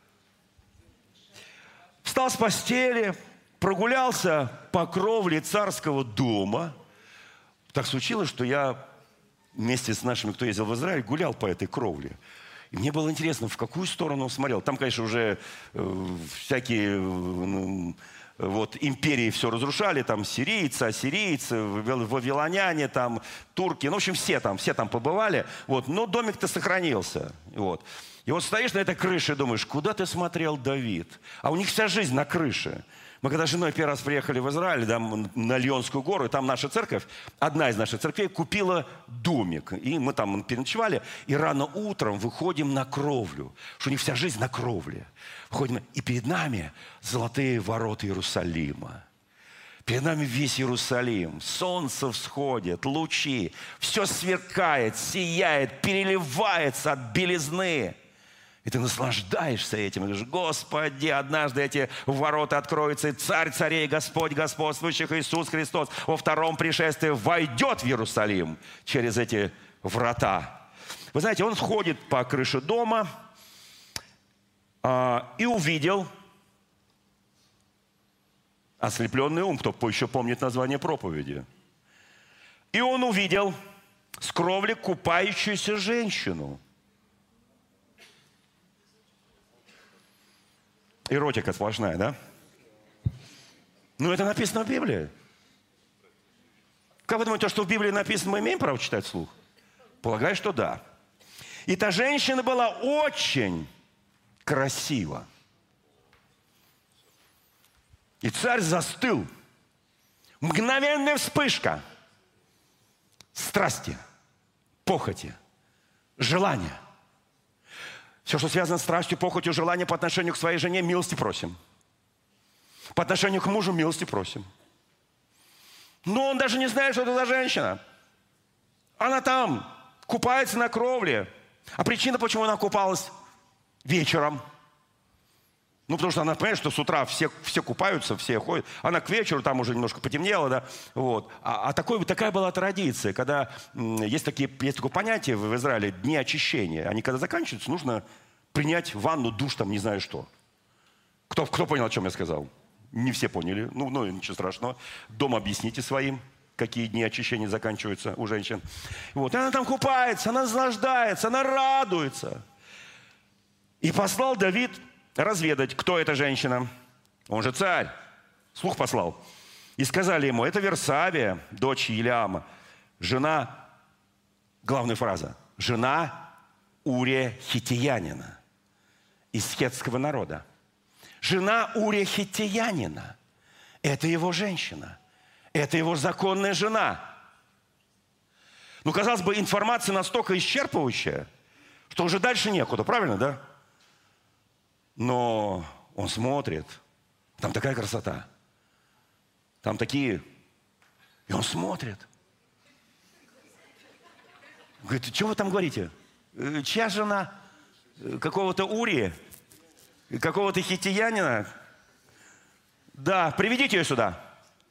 Встал с постели, прогулялся по кровле царского дома. Так случилось, что я вместе с нашими, кто ездил в Израиль, гулял по этой кровле. И мне было интересно, в какую сторону он смотрел. Там, конечно, уже э, всякие э, вот, империи все разрушали. Там сирийцы, ассирийцы, вавилоняне, там, турки. Ну, в общем, все там, все там побывали. Вот. Но домик-то сохранился. Вот. И вот стоишь на этой крыше и думаешь, куда ты смотрел, Давид? А у них вся жизнь на крыше. Мы когда с женой первый раз приехали в Израиль, там, на Лионскую гору, и там наша церковь, одна из наших церквей, купила домик. И мы там переночевали, и рано утром выходим на кровлю. Что у них вся жизнь на кровле. Выходим, и перед нами золотые ворота Иерусалима. Перед нами весь Иерусалим. Солнце всходит, лучи. Все сверкает, сияет, переливается от белизны. И ты наслаждаешься этим. И говоришь, Господи, однажды эти ворота откроются, и Царь царей, Господь господствующих, Иисус Христос во втором пришествии войдет в Иерусалим через эти врата. Вы знаете, он сходит по крыше дома а, и увидел ослепленный ум, кто еще помнит название проповеди. И он увидел с кровли купающуюся женщину. Эротика сплошная, да? Ну, это написано в Библии. Как вы думаете, что в Библии написано, мы имеем право читать вслух? Полагаю, что да. И та женщина была очень красива. И царь застыл. Мгновенная вспышка страсти, похоти, желания. Все, что связано с страстью, похотью, желанием по отношению к своей жене, милости просим. По отношению к мужу милости просим. Но он даже не знает, что это за женщина. Она там купается на кровле. А причина, почему она купалась вечером? Ну, потому что она понимает, что с утра все, все купаются, все ходят. Она к вечеру, там уже немножко потемнело, да. Вот. А, а такой, такая была традиция, когда м, есть, такие, есть такое понятие в Израиле, дни очищения. Они когда заканчиваются, нужно принять ванну, душ, там, не знаю что. Кто, кто понял, о чем я сказал? Не все поняли. Ну, ну, ничего страшного. Дома объясните своим, какие дни очищения заканчиваются у женщин. Вот. И она там купается, она наслаждается, она радуется. И послал Давид разведать, кто эта женщина. Он же царь. Слух послал. И сказали ему, это Версавия, дочь Елиама, жена, главная фраза, жена Урия Хиттиянина из хеттского народа. Жена Урия Хиттиянина. Это его женщина. Это его законная жена. Ну, казалось бы, информация настолько исчерпывающая, что уже дальше некуда. Правильно, да? Но он смотрит. Там такая красота. Там такие... И он смотрит. Говорит, что вы там говорите? Чья жена? Какого-то Урии? Какого-то хиттиянина? Да, приведите ее сюда.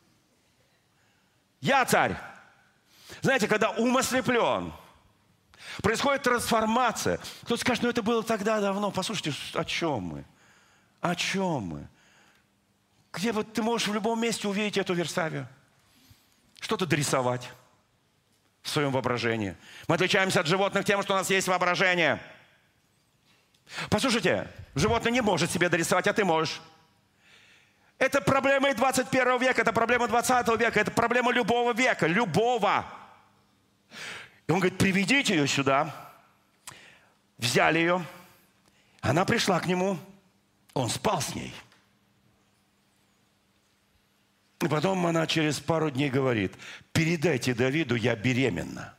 Я царь. Знаете, когда ум ослеплен, происходит трансформация. Кто-то скажет, ну это было тогда давно. Послушайте, о чем мы? О чем мы? Где вот ты можешь в любом месте увидеть эту Версавию? что-то дорисовать в своем воображении. Мы отличаемся от животных тем, что у нас есть воображение. Послушайте, животное не может себе дорисовать, а ты можешь. Это проблема и двадцать первого века, это проблема двадцатого века, это проблема любого века, любого. И он говорит, приведите ее сюда. Взяли ее. Она пришла к нему. Он спал с ней. И потом она через пару дней говорит, передайте Давиду, я беременна.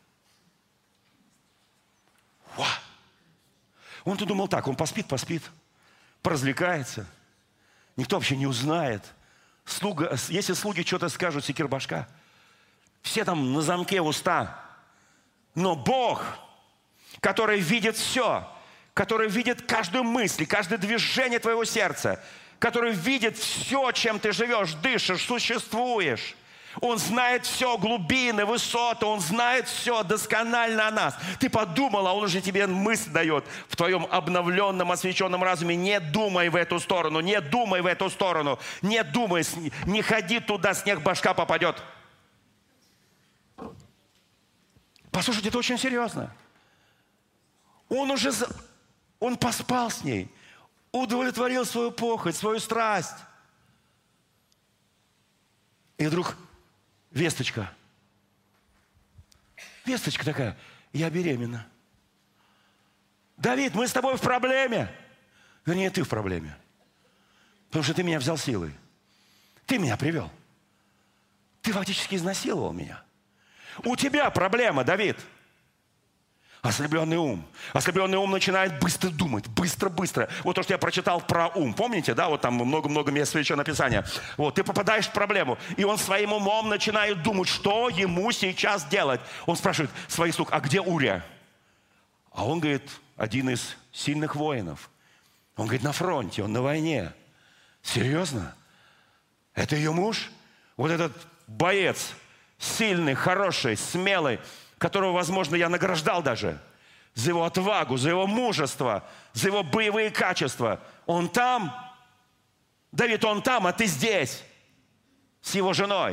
Ва! Он-то думал так, он поспит, поспит, поразвлекается. Никто вообще не узнает. Слуга, если слуги что-то скажут, секир башка. Все там на замке уста. Но Бог, который видит все, который видит каждую мысль, каждое движение твоего сердца, который видит все, чем ты живешь, дышишь, существуешь. Он знает все, глубины, высоты, Он знает все досконально о нас. Ты подумал, а Он уже тебе мысль дает в твоем обновленном, освященном разуме. Не думай в эту сторону, не думай в эту сторону, не думай, не ходи туда, снег башка попадет. Послушайте, это очень серьезно. Он уже, он поспал с ней, удовлетворил свою похоть, свою страсть. И вдруг весточка. Весточка такая. Я беременна. Давид, мы с тобой в проблеме. Вернее, ты в проблеме. Потому что ты меня взял силой. Ты меня привел. Ты фактически изнасиловал меня. У тебя проблема, Давид. Ослепленный ум. Ослепленный ум начинает быстро думать, быстро-быстро. Вот то, что я прочитал про ум. Помните, да? Вот там много-много мест Священного Писания. Вот, ты попадаешь в проблему. И он своим умом начинает думать, что ему сейчас делать. Он спрашивает своих слуг, а где Урия? А он говорит, один из сильных воинов. Он говорит, на фронте, он на войне. Серьезно? Это ее муж? Вот этот боец, сильный, хороший, смелый, которого, возможно, я награждал даже за его отвагу, за его мужество, за его боевые качества. Он там, Давид, он там, а ты здесь, с его женой.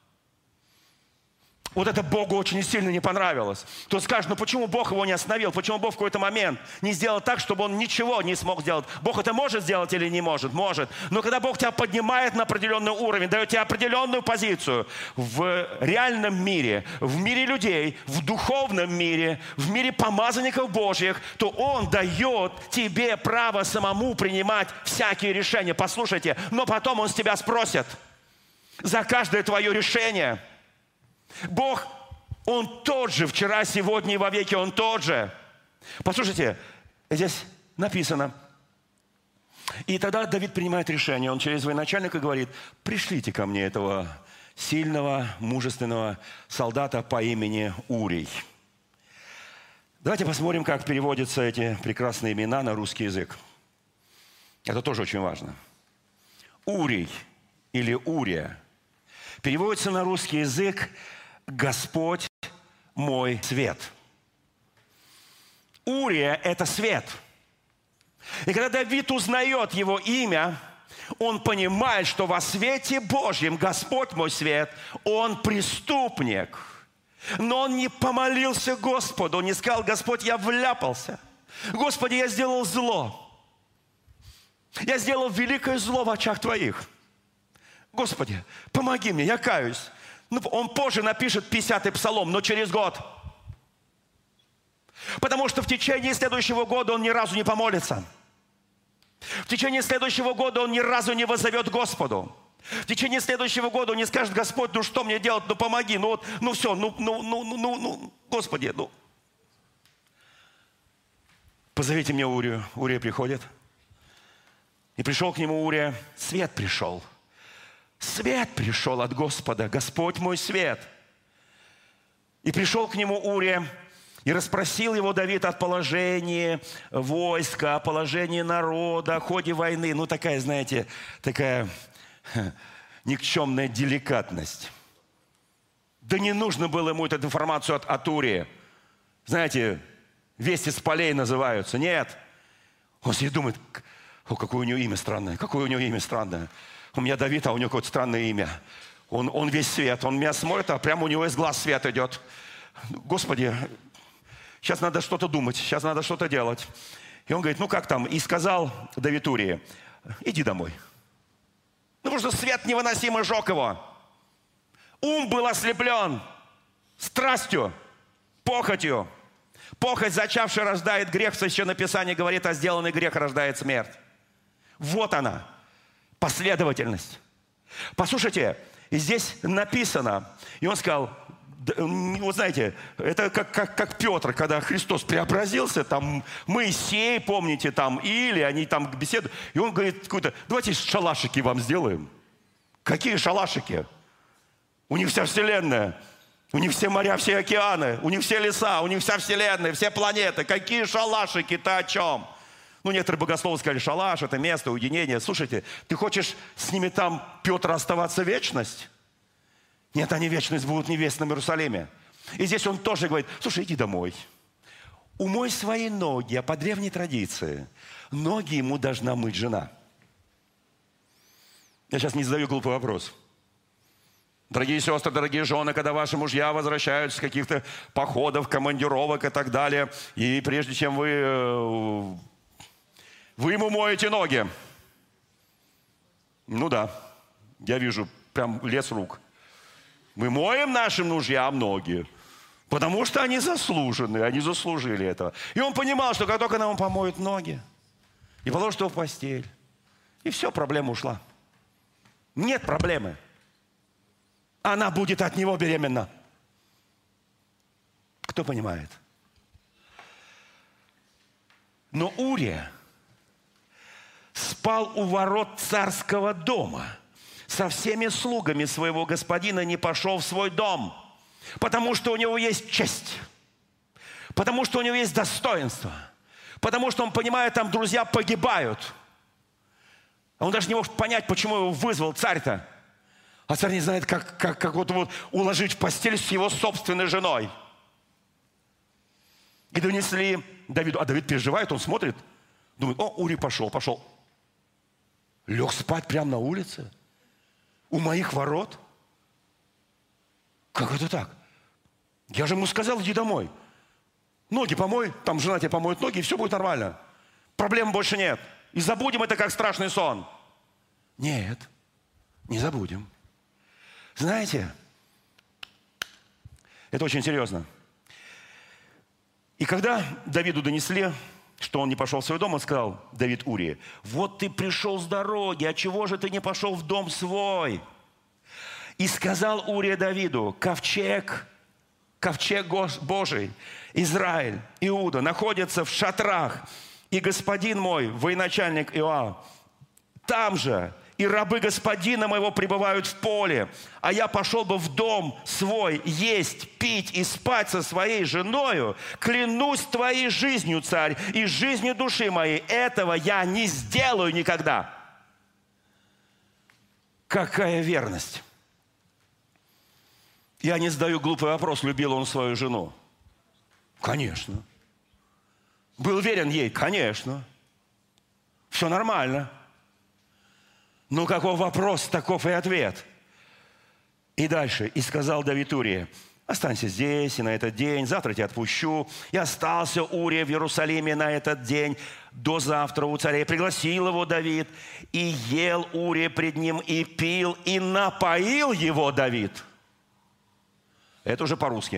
Вот это Богу очень сильно не понравилось. Кто скажет, ну почему Бог его не остановил? Почему Бог в какой-то момент не сделал так, чтобы он ничего не смог сделать? Бог это может сделать или не может? Может. Но когда Бог тебя поднимает на определенный уровень, дает тебе определенную позицию в реальном мире, в мире людей, в духовном мире, в мире помазанников Божьих, то Он дает тебе право самому принимать всякие решения. Послушайте, но потом Он с тебя спросит за каждое твое решение. Бог, Он тот же, вчера, сегодня и вовеки Он тот же. Послушайте, здесь написано. И тогда Давид принимает решение. Он через военачальника говорит, пришлите ко мне этого сильного, мужественного солдата по имени Урий. Давайте посмотрим, как переводятся эти прекрасные имена на русский язык. Это тоже очень важно. Урий или Урия переводится на русский язык «Господь мой свет». Урия – это свет. И когда Давид узнает его имя, он понимает, что во свете Божьем Господь мой свет, он преступник. Но он не помолился Господу, он не сказал, Господь, я вляпался. Господи, я сделал зло. Я сделал великое зло в очах Твоих. Господи, помоги мне, я каюсь. Ну, он позже напишет пятидесятый псалом, но через год. Потому что в течение следующего года он ни разу не помолится. В течение следующего года он ни разу не воззовет Господу. В течение следующего года он не скажет, Господь, ну что мне делать, ну помоги, ну вот, ну все, ну, ну, ну, ну, ну, ну Господи, ну. Позовите мне Урию. Урия приходит. И пришел к нему Урия, свет пришел. Свет пришел от Господа, Господь мой свет. И пришел к нему Урия, и расспросил его Давид о положении войска, о положении народа, о ходе войны. Ну, такая, знаете, такая никчемная деликатность. Да не нужно было ему эту информацию от, от Урии. Знаете, вести с полей называются. Нет. Он себе думает, о, какое у него имя странное, какое у него имя странное. У меня Давид, а у него какое-то странное имя. Он, он весь свет, он меня смотрит, а прямо у него из глаз свет идет. Господи, сейчас надо что-то думать, сейчас надо что-то делать. И он говорит, ну как там? И сказал Давид Урии, иди домой. Ну потому что свет невыносимо жег его. Ум был ослеплен страстью, похотью. Похоть, зачавшая, рождает грех. В Священном Писании говорит, а сделанный грех рождает смерть. Вот она, последовательность. Послушайте, и здесь написано, и он сказал, вы знаете, это как, как, как Петр, когда Христос преобразился, там Моисей, помните, там Или, они там беседуют, и он говорит, какой-то, давайте шалашики вам сделаем. Какие шалашики? У них вся вселенная, у них все моря, все океаны, у них все леса, у них вся вселенная, все планеты. Какие шалашики, ты о чем? Ну, некоторые богословы сказали, шалаш – это место уединения. Слушайте, ты хочешь с ними там, Петр, оставаться вечность? Нет, они вечность будут не в Вечном Иерусалиме. И здесь он тоже говорит, слушай, иди домой. Умой свои ноги, а по древней традиции ноги ему должна мыть жена. Я сейчас не задаю глупый вопрос. Дорогие сестры, дорогие жены, когда ваши мужья возвращаются с каких-то походов, командировок и так далее, и прежде чем вы, вы ему моете ноги. Ну да, я вижу прям лес рук. Мы моем нашим мужьям ноги, потому что они заслужены, они заслужили этого. И он понимал, что как только нам помоют ноги и положит его в постель, и все, проблема ушла. Нет проблемы. Она будет от него беременна. Кто понимает? Но Урия спал у ворот царского дома. Со всеми слугами своего господина не пошел в свой дом. Потому что у него есть честь. Потому что у него есть достоинство. Потому что он понимает, там друзья погибают. Он даже не может понять, почему его вызвал царь-то. А царь не знает, как, как, как вот, вот уложить в постель с его собственной женой. И донесли Давиду. А Давид переживает, он смотрит. Думает, о, Урий пошел, пошел. Лег спать прямо на улице. У моих ворот. Как это так? Я же ему сказал, иди домой. Ноги помой, там жена тебе помоет ноги, и все будет нормально. Проблем больше нет. И забудем это как страшный сон. Нет, не забудем. Знаете, это очень серьезно. И когда Давиду донесли, что он не пошел в свой дом, он сказал, Давид Урии, вот ты пришел с дороги, а чего же ты не пошел в дом свой? И сказал Урия Давиду, ковчег, ковчег Божий, Израиль, Иуда, находятся в шатрах, и господин мой, военачальник Иоав, там же, и рабы господина моего пребывают в поле, а я пошел бы в дом свой есть, пить и спать со своей женою, клянусь твоей жизнью, царь, и жизнью души моей, этого я не сделаю никогда. Какая верность! Я не задаю глупый вопрос, любил он свою жену. Конечно. Был верен ей? Конечно. Все нормально. Но каков вопрос, таков и ответ. И дальше. И сказал Давид Урии, останься здесь и на этот день, завтра тебя отпущу. И остался Урия в Иерусалиме на этот день до завтра у царя. И пригласил его Давид, и ел Урия пред ним, и пил, и напоил его Давид. Это уже по-русски.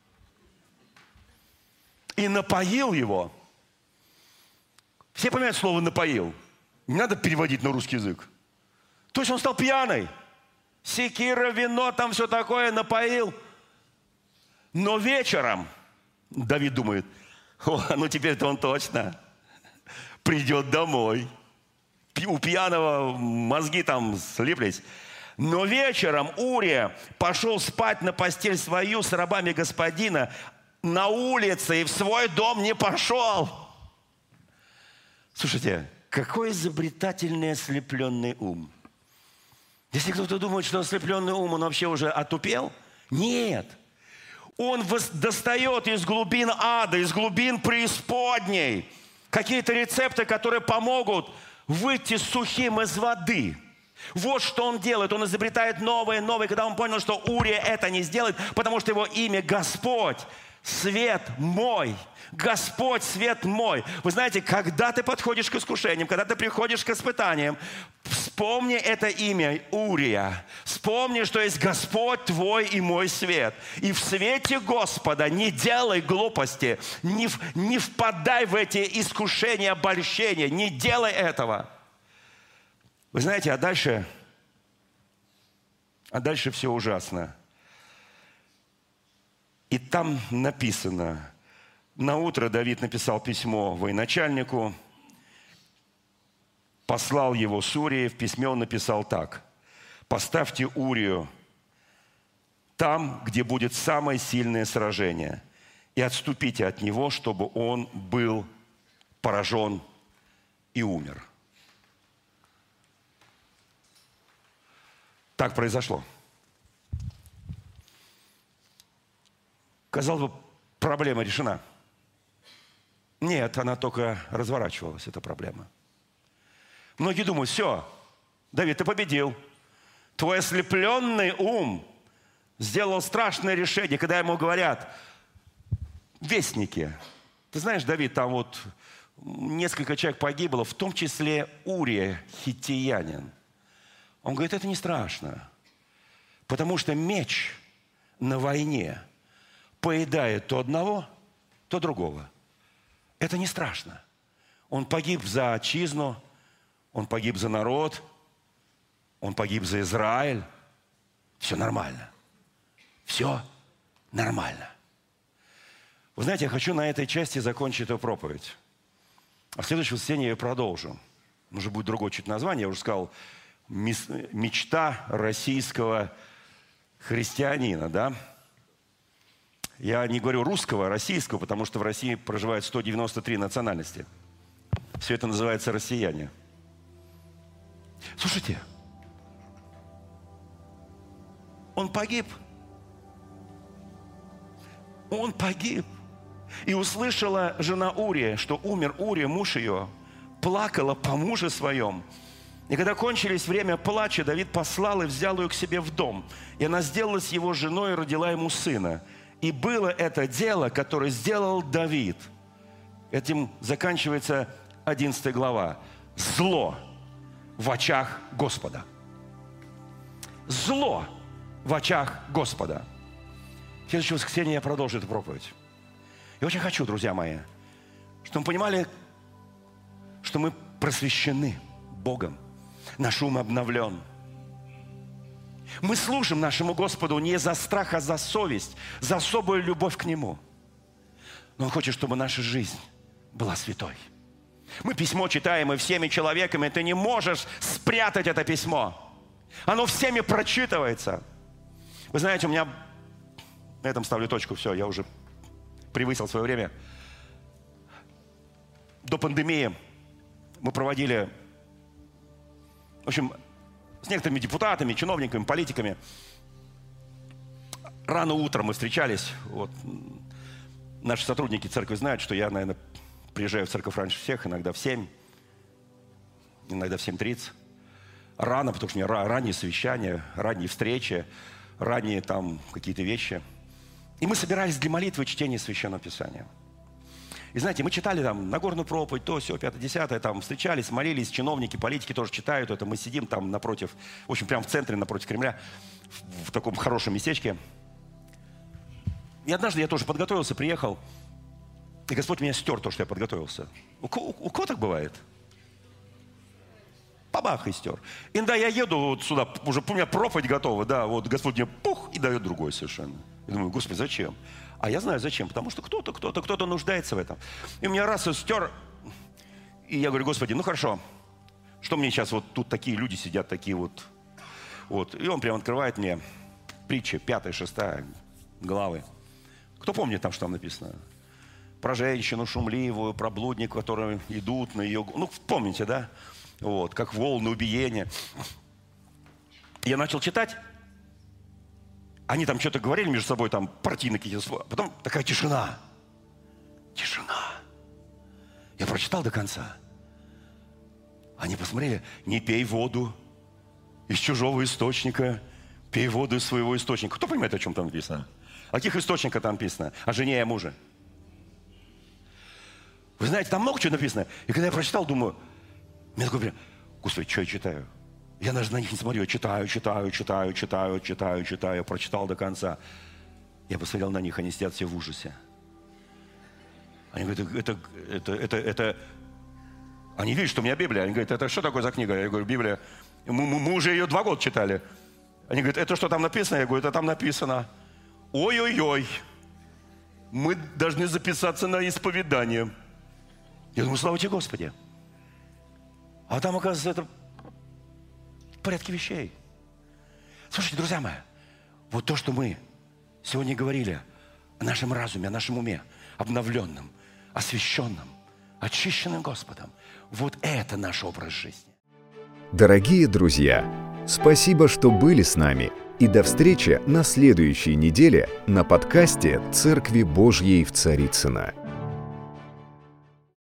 И напоил его. Все понимают слово «напоил». Не надо переводить на русский язык. То есть он стал пьяный. Секира, вино, там все такое, напоил. Но вечером Давид думает, о, ну теперь-то он точно придет домой. У пьяного мозги там слиплись. Но вечером Урия пошел спать на постель свою с рабами господина на улице и в свой дом не пошел. Слушайте, какой изобретательный ослепленный ум. Если кто-то думает, что ослепленный ум, он вообще уже отупел, нет. Он достает из глубин ада, из глубин преисподней какие-то рецепты, которые помогут выйти сухим из воды. Вот что он делает. Он изобретает новое, новое, когда он понял, что Урия это не сделает, потому что его имя Господь, свет мой. Господь, свет мой. Вы знаете, когда ты подходишь к искушениям, когда ты приходишь к испытаниям, вспомни это имя Урия. Вспомни, что есть Господь твой и мой свет. И в свете Господа не делай глупости, не, не впадай в эти искушения, обольщения, не делай этого. Вы знаете, а дальше, а дальше все ужасно. И там написано, на утро Давид написал письмо военачальнику, послал его с Урией, в письме он написал так: «Поставьте Урию там, где будет самое сильное сражение, и отступите от него, чтобы он был поражен и умер». Так произошло. Казалось бы, проблема решена. Нет, она только разворачивалась, эта проблема. Многие думают, все, Давид, ты победил. Твой ослепленный ум сделал страшное решение, когда ему говорят, вестники, ты знаешь, Давид, там вот несколько человек погибло, в том числе Урия, хиттиянин. Он говорит, это не страшно, потому что меч на войне поедает то одного, то другого. Это не страшно. Он погиб за отчизну, он погиб за народ, он погиб за Израиль. Все нормально. Все нормально. Вы знаете, я хочу на этой части закончить эту проповедь. А в следующем воскресенье я ее продолжу. Уже будет другое чуть название. Я уже сказал, мечта российского христианина, да? Я не говорю русского, а российского, потому что в России проживает сто девяносто три национальности. Все это называется россияне. Слушайте, он погиб. Он погиб. И услышала жена Урия, что умер Урия, муж ее, плакала по мужу своем. И когда кончились время плача, Давид послал и взял ее к себе в дом. И она сделалась его женой и родила ему сына. И было это дело, которое сделал Давид. Этим заканчивается одиннадцатая глава. Зло в очах Господа. Зло в очах Господа. В следующее воскресенье я продолжу эту проповедь. Я очень хочу, друзья мои, чтобы мы понимали, что мы просвещены Богом. Наш ум обновлен. Мы служим нашему Господу не за страх, а за совесть, за особую любовь к Нему. Но Он хочет, чтобы наша жизнь была святой. Мы письмо читаем, и всеми человеками ты не можешь спрятать это письмо. Оно всеми прочитывается. Вы знаете, у меня... На этом ставлю точку, все, я уже превысил свое время. До пандемии мы проводили, в общем, с некоторыми депутатами, чиновниками, политиками. Рано утром мы встречались. Вот. Наши сотрудники церкви знают, что я, наверное, приезжаю в церковь раньше всех, иногда в семь, иногда в семь тридцать. Рано, потому что у меня ранние совещания, ранние встречи, ранние там какие-то вещи. И мы собирались для молитвы и чтения Священного Писания. И знаете, мы читали там Нагорную проповедь, то, все, пятое, десятое, там встречались, молились, чиновники, политики тоже читают это. Мы сидим там напротив, в общем, прямо в центре, напротив Кремля, в, в таком хорошем местечке. И однажды я тоже подготовился, приехал, и Господь меня стер то, что я подготовился. У, у, у кого так бывает? Бабах и стер. И да, я еду вот сюда, уже у меня проповедь готова, да, вот Господь мне пух и дает другой совершенно. Я думаю, Господи, зачем? А я знаю, зачем. Потому что кто-то, кто-то, кто-то нуждается в этом. И у меня раз и стер. И я говорю, Господи, ну хорошо. Что мне сейчас вот тут такие люди сидят, такие вот. Вот. И он прям открывает мне притчи, пятая, шестая главы. Кто помнит там, что там написано? Про женщину шумливую, про блудник, которые идут на ее... Ну, помните, да? Вот, как волны убиения. Я начал читать. Они там что-то говорили между собой, там партийные какие-то слова. Потом такая тишина. Тишина. Я прочитал до конца. Они посмотрели, не пей воду, из чужого источника пей воду из своего источника. Кто понимает, о чем там написано? О каких источниках там написано? О жене и о муже. Вы знаете, там много чего написано. И когда я прочитал, думаю, мне такой прям, Господи, что я читаю? Я даже на них не смотрю, я читаю, читаю, читаю, читаю, читаю, читаю, прочитал до конца. Я посмотрел на них, они сидят все в ужасе. Они говорят, это, это, это, это... Они видят, что у меня Библия. Они говорят, это что такое за книга? Я говорю, Библия. Мы, мы уже ее два года читали. Они говорят, это что там написано? Я говорю, это там написано. Ой-ой-ой, мы должны записаться на исповедание. Я думаю, слава тебе, Господи. А там, оказывается, это в порядке вещей. Слушайте, друзья мои, вот то, что мы сегодня говорили о нашем разуме, о нашем уме, обновленном, освященном, очищенным Господом, вот это наш образ жизни. Дорогие друзья, спасибо, что были с нами. И до встречи на следующей неделе на подкасте «Церкви Божьей в Царицыно».